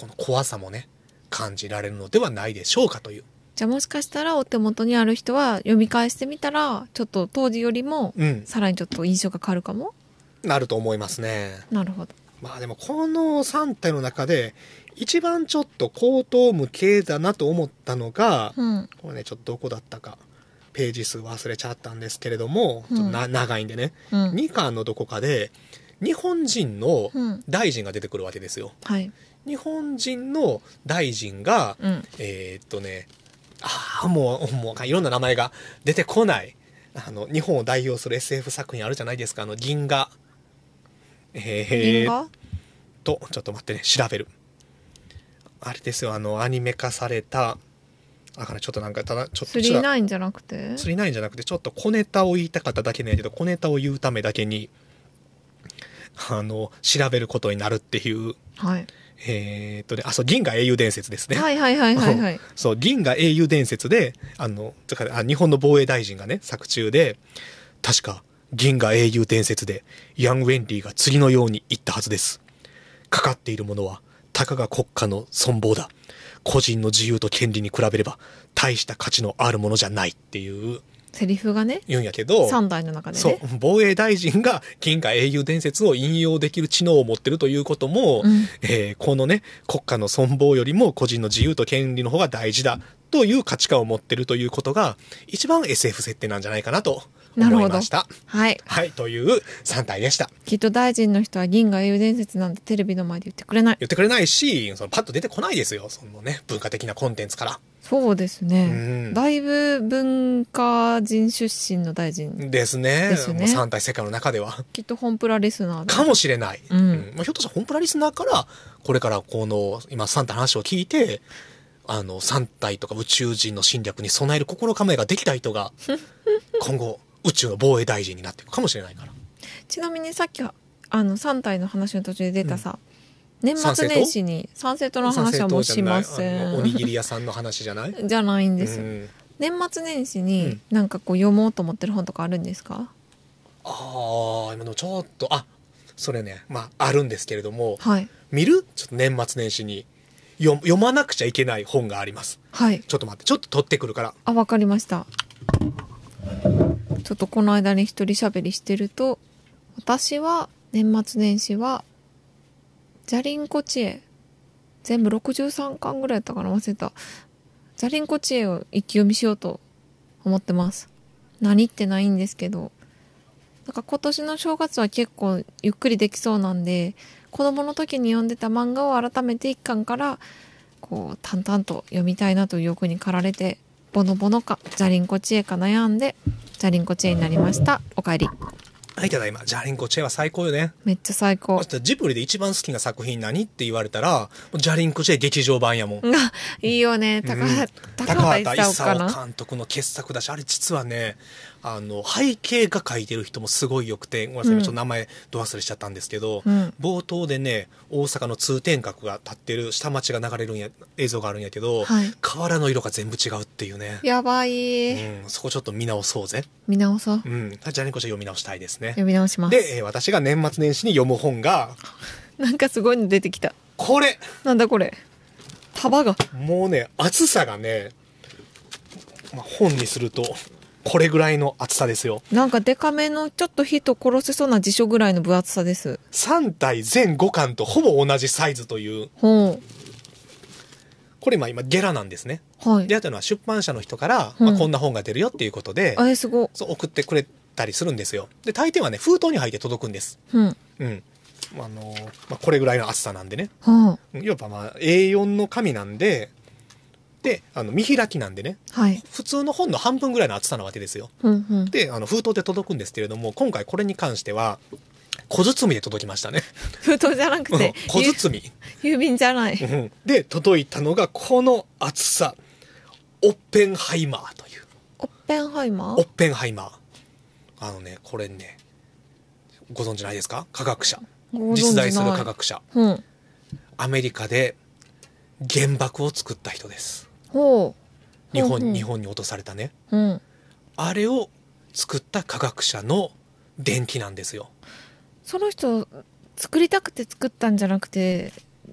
Speaker 1: この怖さもね感じられるのではないでしょうかという。
Speaker 2: じゃあもしかしたらお手元にある人は読み返してみたらちょっと当時よりもさらにちょっと印象が変わるかも、
Speaker 1: うん、なると思いますね。
Speaker 2: なるほど。
Speaker 1: まあでもこのさん体の中で一番ちょっと口頭無形だなと思ったのが、
Speaker 2: うん、
Speaker 1: これねちょっとどこだったかページ数忘れちゃったんですけれども、ちょっとな、うん、長いんでね、うん、にかんのどこかで日本人の大臣が出てくるわけですよ、
Speaker 2: うん、はい、
Speaker 1: 日本人の大臣が、うん、えー、っとねああもうもういろんな名前が出てこない、あの日本を代表する エスエフ 作品あるじゃないですか、あの銀河えー、っとちょっと待ってね調べる、あれですよ、あのアニメ化された、あからちょっとなんかただちょっと
Speaker 2: スリーナインじゃなくて
Speaker 1: スリーナインじゃなくてちょっと小ネタを言いたかっただけなんやけど、小ネタを言うためだけにあの調べることになるっていう、
Speaker 2: はい、
Speaker 1: えー、っとねあそう銀河英雄伝説ですね、
Speaker 2: はいはいはいはいはい
Speaker 1: そう銀河英雄伝説であのつかあ日本の防衛大臣がね作中で確か銀河英雄伝説でヤン・ウェンリーが次のように言ったはずです。かかっているものはたかが国家の存亡だ。個人の自由と権利に比べれば大した価値のあるものじゃないっていう
Speaker 2: セリフがね
Speaker 1: 言うんやけど、
Speaker 2: さんだいの中でね、
Speaker 1: そう防衛大臣が銀河英雄伝説を引用できる知能を持ってるということも、うん、えー、このね国家の存亡よりも個人の自由と権利の方が大事だという価値観を持ってるということが一番 エスエフ 設定なんじゃないかなと思いました。
Speaker 2: はい、
Speaker 1: はい、というさん体でした。
Speaker 2: きっと大臣の人は銀河英雄伝説なんてテレビの前で言ってくれない
Speaker 1: 言ってくれないし、そのパッと出てこないですよ、そのね文化的なコンテンツから。
Speaker 2: そうですね、うん、だいぶ文化人出身の大臣
Speaker 1: ですね。ですね、もうさん体世界の中では
Speaker 2: きっと本プラリスナー
Speaker 1: かもしれない、うんうんまあ、ひょっとしたら本プラリスナーからこれからこの今さん体の話を聞いてあのさん体とか宇宙人の侵略に備える心構えができた人が今後宇宙の防衛大臣になっていくかもしれないから。
Speaker 2: ちなみにさっきはあのさん体の話の途中で出たさ、うん、年末年始にサンセットの話はもうしません。
Speaker 1: おにぎり屋さんの話じゃない
Speaker 2: じゃないんですよ、うん、年末年始になんかこう読もうと思ってる本とかあるんですか？
Speaker 1: ああ今のちょっとあそれねまああるんですけれども、
Speaker 2: はい、
Speaker 1: 見るちょっと年末年始に読, 読まなくちゃいけない本があります。
Speaker 2: はい。
Speaker 1: ちょっと待って、ちょっと取ってくるから。
Speaker 2: あ、わかりました。ちょっとこの間に一人喋りしてると、私は年末年始はジャリンコ知恵全部ろくじゅうさんかんぐらいやったかな忘れた。ジャリンコ知恵を一気読みしようと思ってます。何ってないんですけど、なんか今年の正月は結構ゆっくりできそうなんで。子供の時に読んでた漫画を改めて一巻からこう淡々と読みたいなという欲に駆られてボノボノかジャリンコ知恵か悩んでジャリンコ知恵になりました。おかえり。
Speaker 1: はい、ただいま。ジャリンコチェは最高よね。
Speaker 2: めっちゃ最高。
Speaker 1: ジブリで一番好きな作品何って言われたらジャリンコチェ劇場版やもん。
Speaker 2: いいよね。高畑、
Speaker 1: うん、高畑勲監督の傑作だし、あれ実はねあの背景が描いてる人もすごいよくて、ごめんなさい、うん、ちょっと名前ど忘れしちゃったんですけど、うん、冒頭でね大阪の通天閣が立ってる下町が流れるんや映像があるんやけど、はい、瓦の色が全部違うっていうね。
Speaker 2: やばい、
Speaker 1: うん、そこちょっと見直そうぜ。
Speaker 2: 見直そう。
Speaker 1: うん、ジャリンコチェ読み直したいですね。
Speaker 2: 読み直します。
Speaker 1: で、えー、私が年末年始に読む本が
Speaker 2: なんかすごいの出てきた。
Speaker 1: これ
Speaker 2: なんだこれ。束が
Speaker 1: もうね厚さがね、まあ、本にするとこれぐらいの厚さですよ。
Speaker 2: なんかデカめのちょっと人殺せそうな辞書ぐらいの分厚さです。
Speaker 1: さん体全ごかんとほぼ同じサイズという。
Speaker 2: ほう。
Speaker 1: これまあ今ゲラなんですね。
Speaker 2: はい。
Speaker 1: であとのは出版社の人から、まあ、こんな本が出るよっていうことで、
Speaker 2: あれすごい。
Speaker 1: そう送ってくれたりするんですよ。で大抵はね封筒に入って届くんです。
Speaker 2: うん。
Speaker 1: うん。あのまあ、これぐらいの厚さなんでね。
Speaker 2: はあ。
Speaker 1: 要はまあ エーよん の紙なんで。であの見開きなんでね、
Speaker 2: はい、
Speaker 1: 普通の本の半分ぐらいの厚さなわけですよ、
Speaker 2: うんうん、
Speaker 1: であの封筒で届くんですけれども、今回これに関しては小包みで届きましたね。
Speaker 2: 封筒じゃなくて
Speaker 1: 小包み
Speaker 2: 郵便じゃない、
Speaker 1: うん、で届いたのがこの厚さ、オッペンハイマーという。
Speaker 2: オッペンハイマー
Speaker 1: オッペンハイマーあのねこれねご存知ないですか？科学者、実在する科学者、
Speaker 2: うん、
Speaker 1: アメリカで原爆を作った人です。
Speaker 2: ほう。
Speaker 1: 日本、
Speaker 2: ほうほう。
Speaker 1: 日本に落とされたね、
Speaker 2: うん、
Speaker 1: あれを作った科学者の伝記なんですよ。
Speaker 2: その人作りたくて作ったんじゃなくてや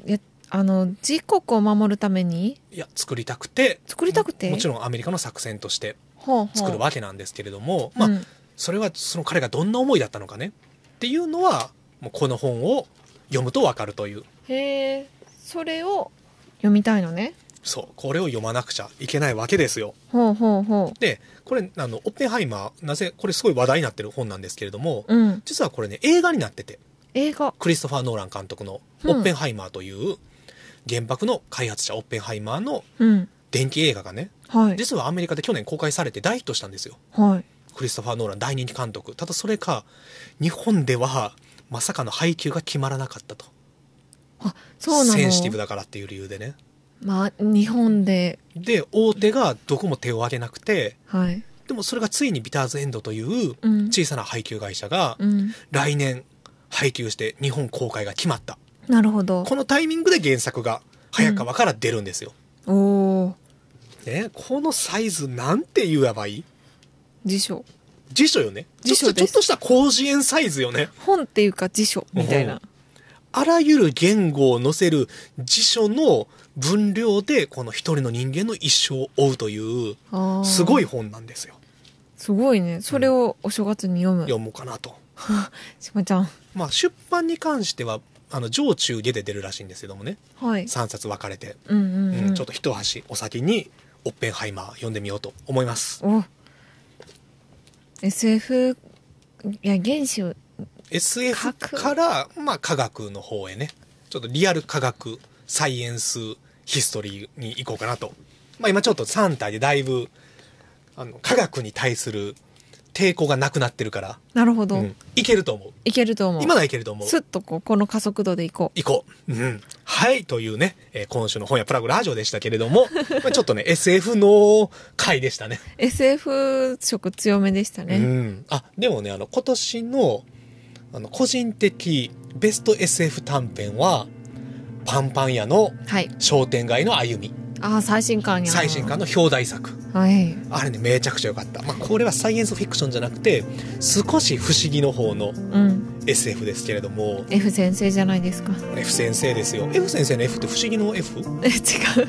Speaker 2: あの自国を守るために
Speaker 1: いや作りたくて
Speaker 2: 作りたくて
Speaker 1: もちろんアメリカの作戦として
Speaker 2: ほうほう
Speaker 1: 作るわけなんですけれども、まあ、
Speaker 2: うん、
Speaker 1: それはその彼がどんな思いだったのかねっていうのはもうこの本を読むと分かるという。
Speaker 2: へえ、それを読みたいのね。
Speaker 1: そうこれを読まなくちゃいけないわけですよ。
Speaker 2: ほうほうほう。
Speaker 1: でこれあのオッペンハイマーなぜこれすごい話題になってる本なんですけれども、
Speaker 2: うん、
Speaker 1: 実はこれね映画になってて
Speaker 2: 映画
Speaker 1: クリストファー・ノーラン監督の「オッペンハイマー」という原爆の開発者オッペンハイマーの
Speaker 2: うん
Speaker 1: 電気映画がね、
Speaker 2: はい
Speaker 1: 実はアメリカで去年公開されて大ヒットしたんですよ。
Speaker 2: はい。
Speaker 1: クリストファー・ノーラン大人気監督。ただそれか日本ではまさかの配給が決まらなかったと。
Speaker 2: あ、そうなの。
Speaker 1: センシティブだからっていう理由でね。
Speaker 2: まあ日本で
Speaker 1: で大手がどこも手を挙げなくて、
Speaker 2: はい
Speaker 1: でもそれがついにビターズエンドという
Speaker 2: うん
Speaker 1: 小さな配給会社が
Speaker 2: うん
Speaker 1: 来年配給して日本公開が決まった。
Speaker 2: なるほど。
Speaker 1: このタイミングで原作が早川から出るんですよ。
Speaker 2: おお。
Speaker 1: ね、このサイズなんて言えばいい？
Speaker 2: 辞書。
Speaker 1: 辞書よね。
Speaker 2: 辞書です。
Speaker 1: ちょっとちょっとした広辞苑サイズよね。
Speaker 2: 本っていうか辞書みたいな。
Speaker 1: あらゆる言語を載せる辞書の分量でこの一人の人間の一生を追うという
Speaker 2: あー
Speaker 1: すごい本なんですよ。
Speaker 2: すごいね。それをお正月に読む。
Speaker 1: 読もうかなと。
Speaker 2: しまちゃん。
Speaker 1: まあ出版に関してはあの上中下で出るらしいんですけどもね。
Speaker 2: はい。
Speaker 1: さんさつ分かれて、
Speaker 2: うんうんうん。
Speaker 1: うんちょっと一箸お先にオッペンハイマー読んでみようと思います。
Speaker 2: お エスエフ いや原子を
Speaker 1: エスエフ からまあ科学の方へね、ちょっとリアル科学サイエンスヒストリーに行こうかなと。まあ今ちょっとさん体でだいぶあの科学に対する抵抗がなくなってるから、
Speaker 2: なるほど、
Speaker 1: うん、いけると思う。
Speaker 2: いけると思う。
Speaker 1: 今ならいけると思う。
Speaker 2: スッとこうこの加速度でいこう。
Speaker 1: 行こう。うん。はい。というね、えー今週の本屋プラグラジオでしたけれども、まあちょっとね、エスエフ の回でしたね。
Speaker 2: エスエフ 色強めでした
Speaker 1: う
Speaker 2: ね。
Speaker 1: ん。あ、でもね、あの、今年の、あの、個人的ベスト エスエフ 短編は、パンパン屋の
Speaker 2: はい。
Speaker 1: 商店街の歩み。
Speaker 2: ああ、最新刊や。
Speaker 1: 最新刊の表題作。
Speaker 2: はい。
Speaker 1: あれね、めちゃくちゃ良かった。まあ、これはサイエンスフィクションじゃなくて、少し不思議の方の
Speaker 2: うん。
Speaker 1: エスエフ ですけれども、
Speaker 2: F 先生じゃないですか。
Speaker 1: F 先生ですよ。F 先生の F って不思議の F？
Speaker 2: え、違う。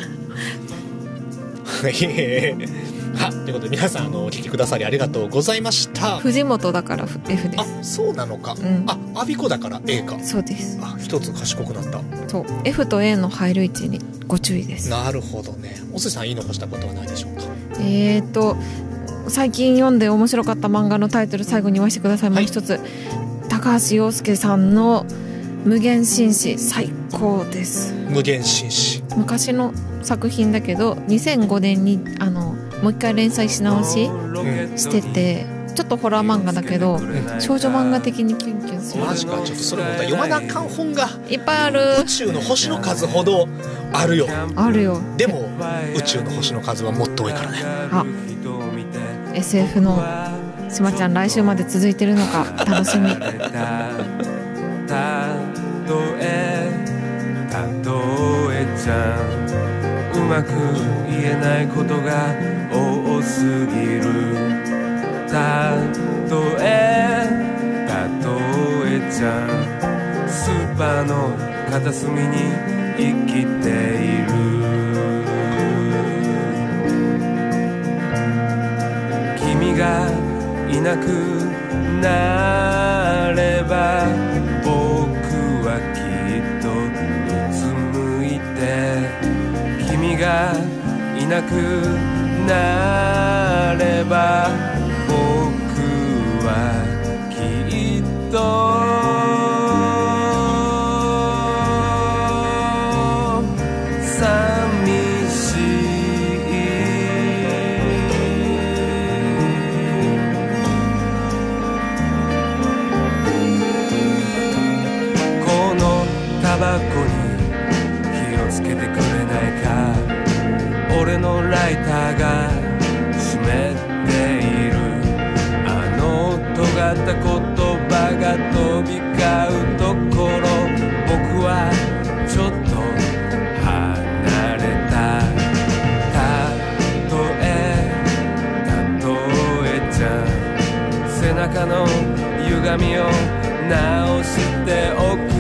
Speaker 1: はということで皆さんあのお聞きくださりありがとうございました。
Speaker 2: 藤本だから F で
Speaker 1: あ、
Speaker 2: す。
Speaker 1: そうなのか。
Speaker 2: うん
Speaker 1: あ、アビコだから A か。
Speaker 2: そうです。
Speaker 1: あ、一つ賢くなった。
Speaker 2: そう。F と A の入る位置にご注意です。
Speaker 1: なるほどね。おすさん言い残したことはないでしょうか。
Speaker 2: えーと、最近読んで面白かった漫画のタイトル最後に言わせてください。もう一つ。高橋洋介さんの無限紳士最高です。
Speaker 1: 無限紳士。
Speaker 2: 昔の作品だけどにせんごねんにあのもう一回連載し直ししてて、ちょっとホラー漫画だけど少女漫画的にキュンキュンする。
Speaker 1: マジか。ちょっとそれも読まなあかん本が
Speaker 2: いっぱいある。
Speaker 1: 宇宙の星の数ほどあるよ。
Speaker 2: あるよ。
Speaker 1: でも宇宙の星の数はもっと多いからね。
Speaker 2: あ、エスエフ のしまちゃん来週まで続いてるのか楽しみ。
Speaker 3: たとえたとえちゃんうまく言えないことが多すぎる。たとえたとえちゃんスーパーの片隅に生きている。君がいなくなれば僕はきっとうつむいて、君がいなくなれば僕はきっと寂しい。このタバコに火をつけてくれないか。俺のライターが湿っている。あの尖った言葉が飛び交うところ、僕はちょっと離れた。たとえたとえちゃん背中の歪みを直しておく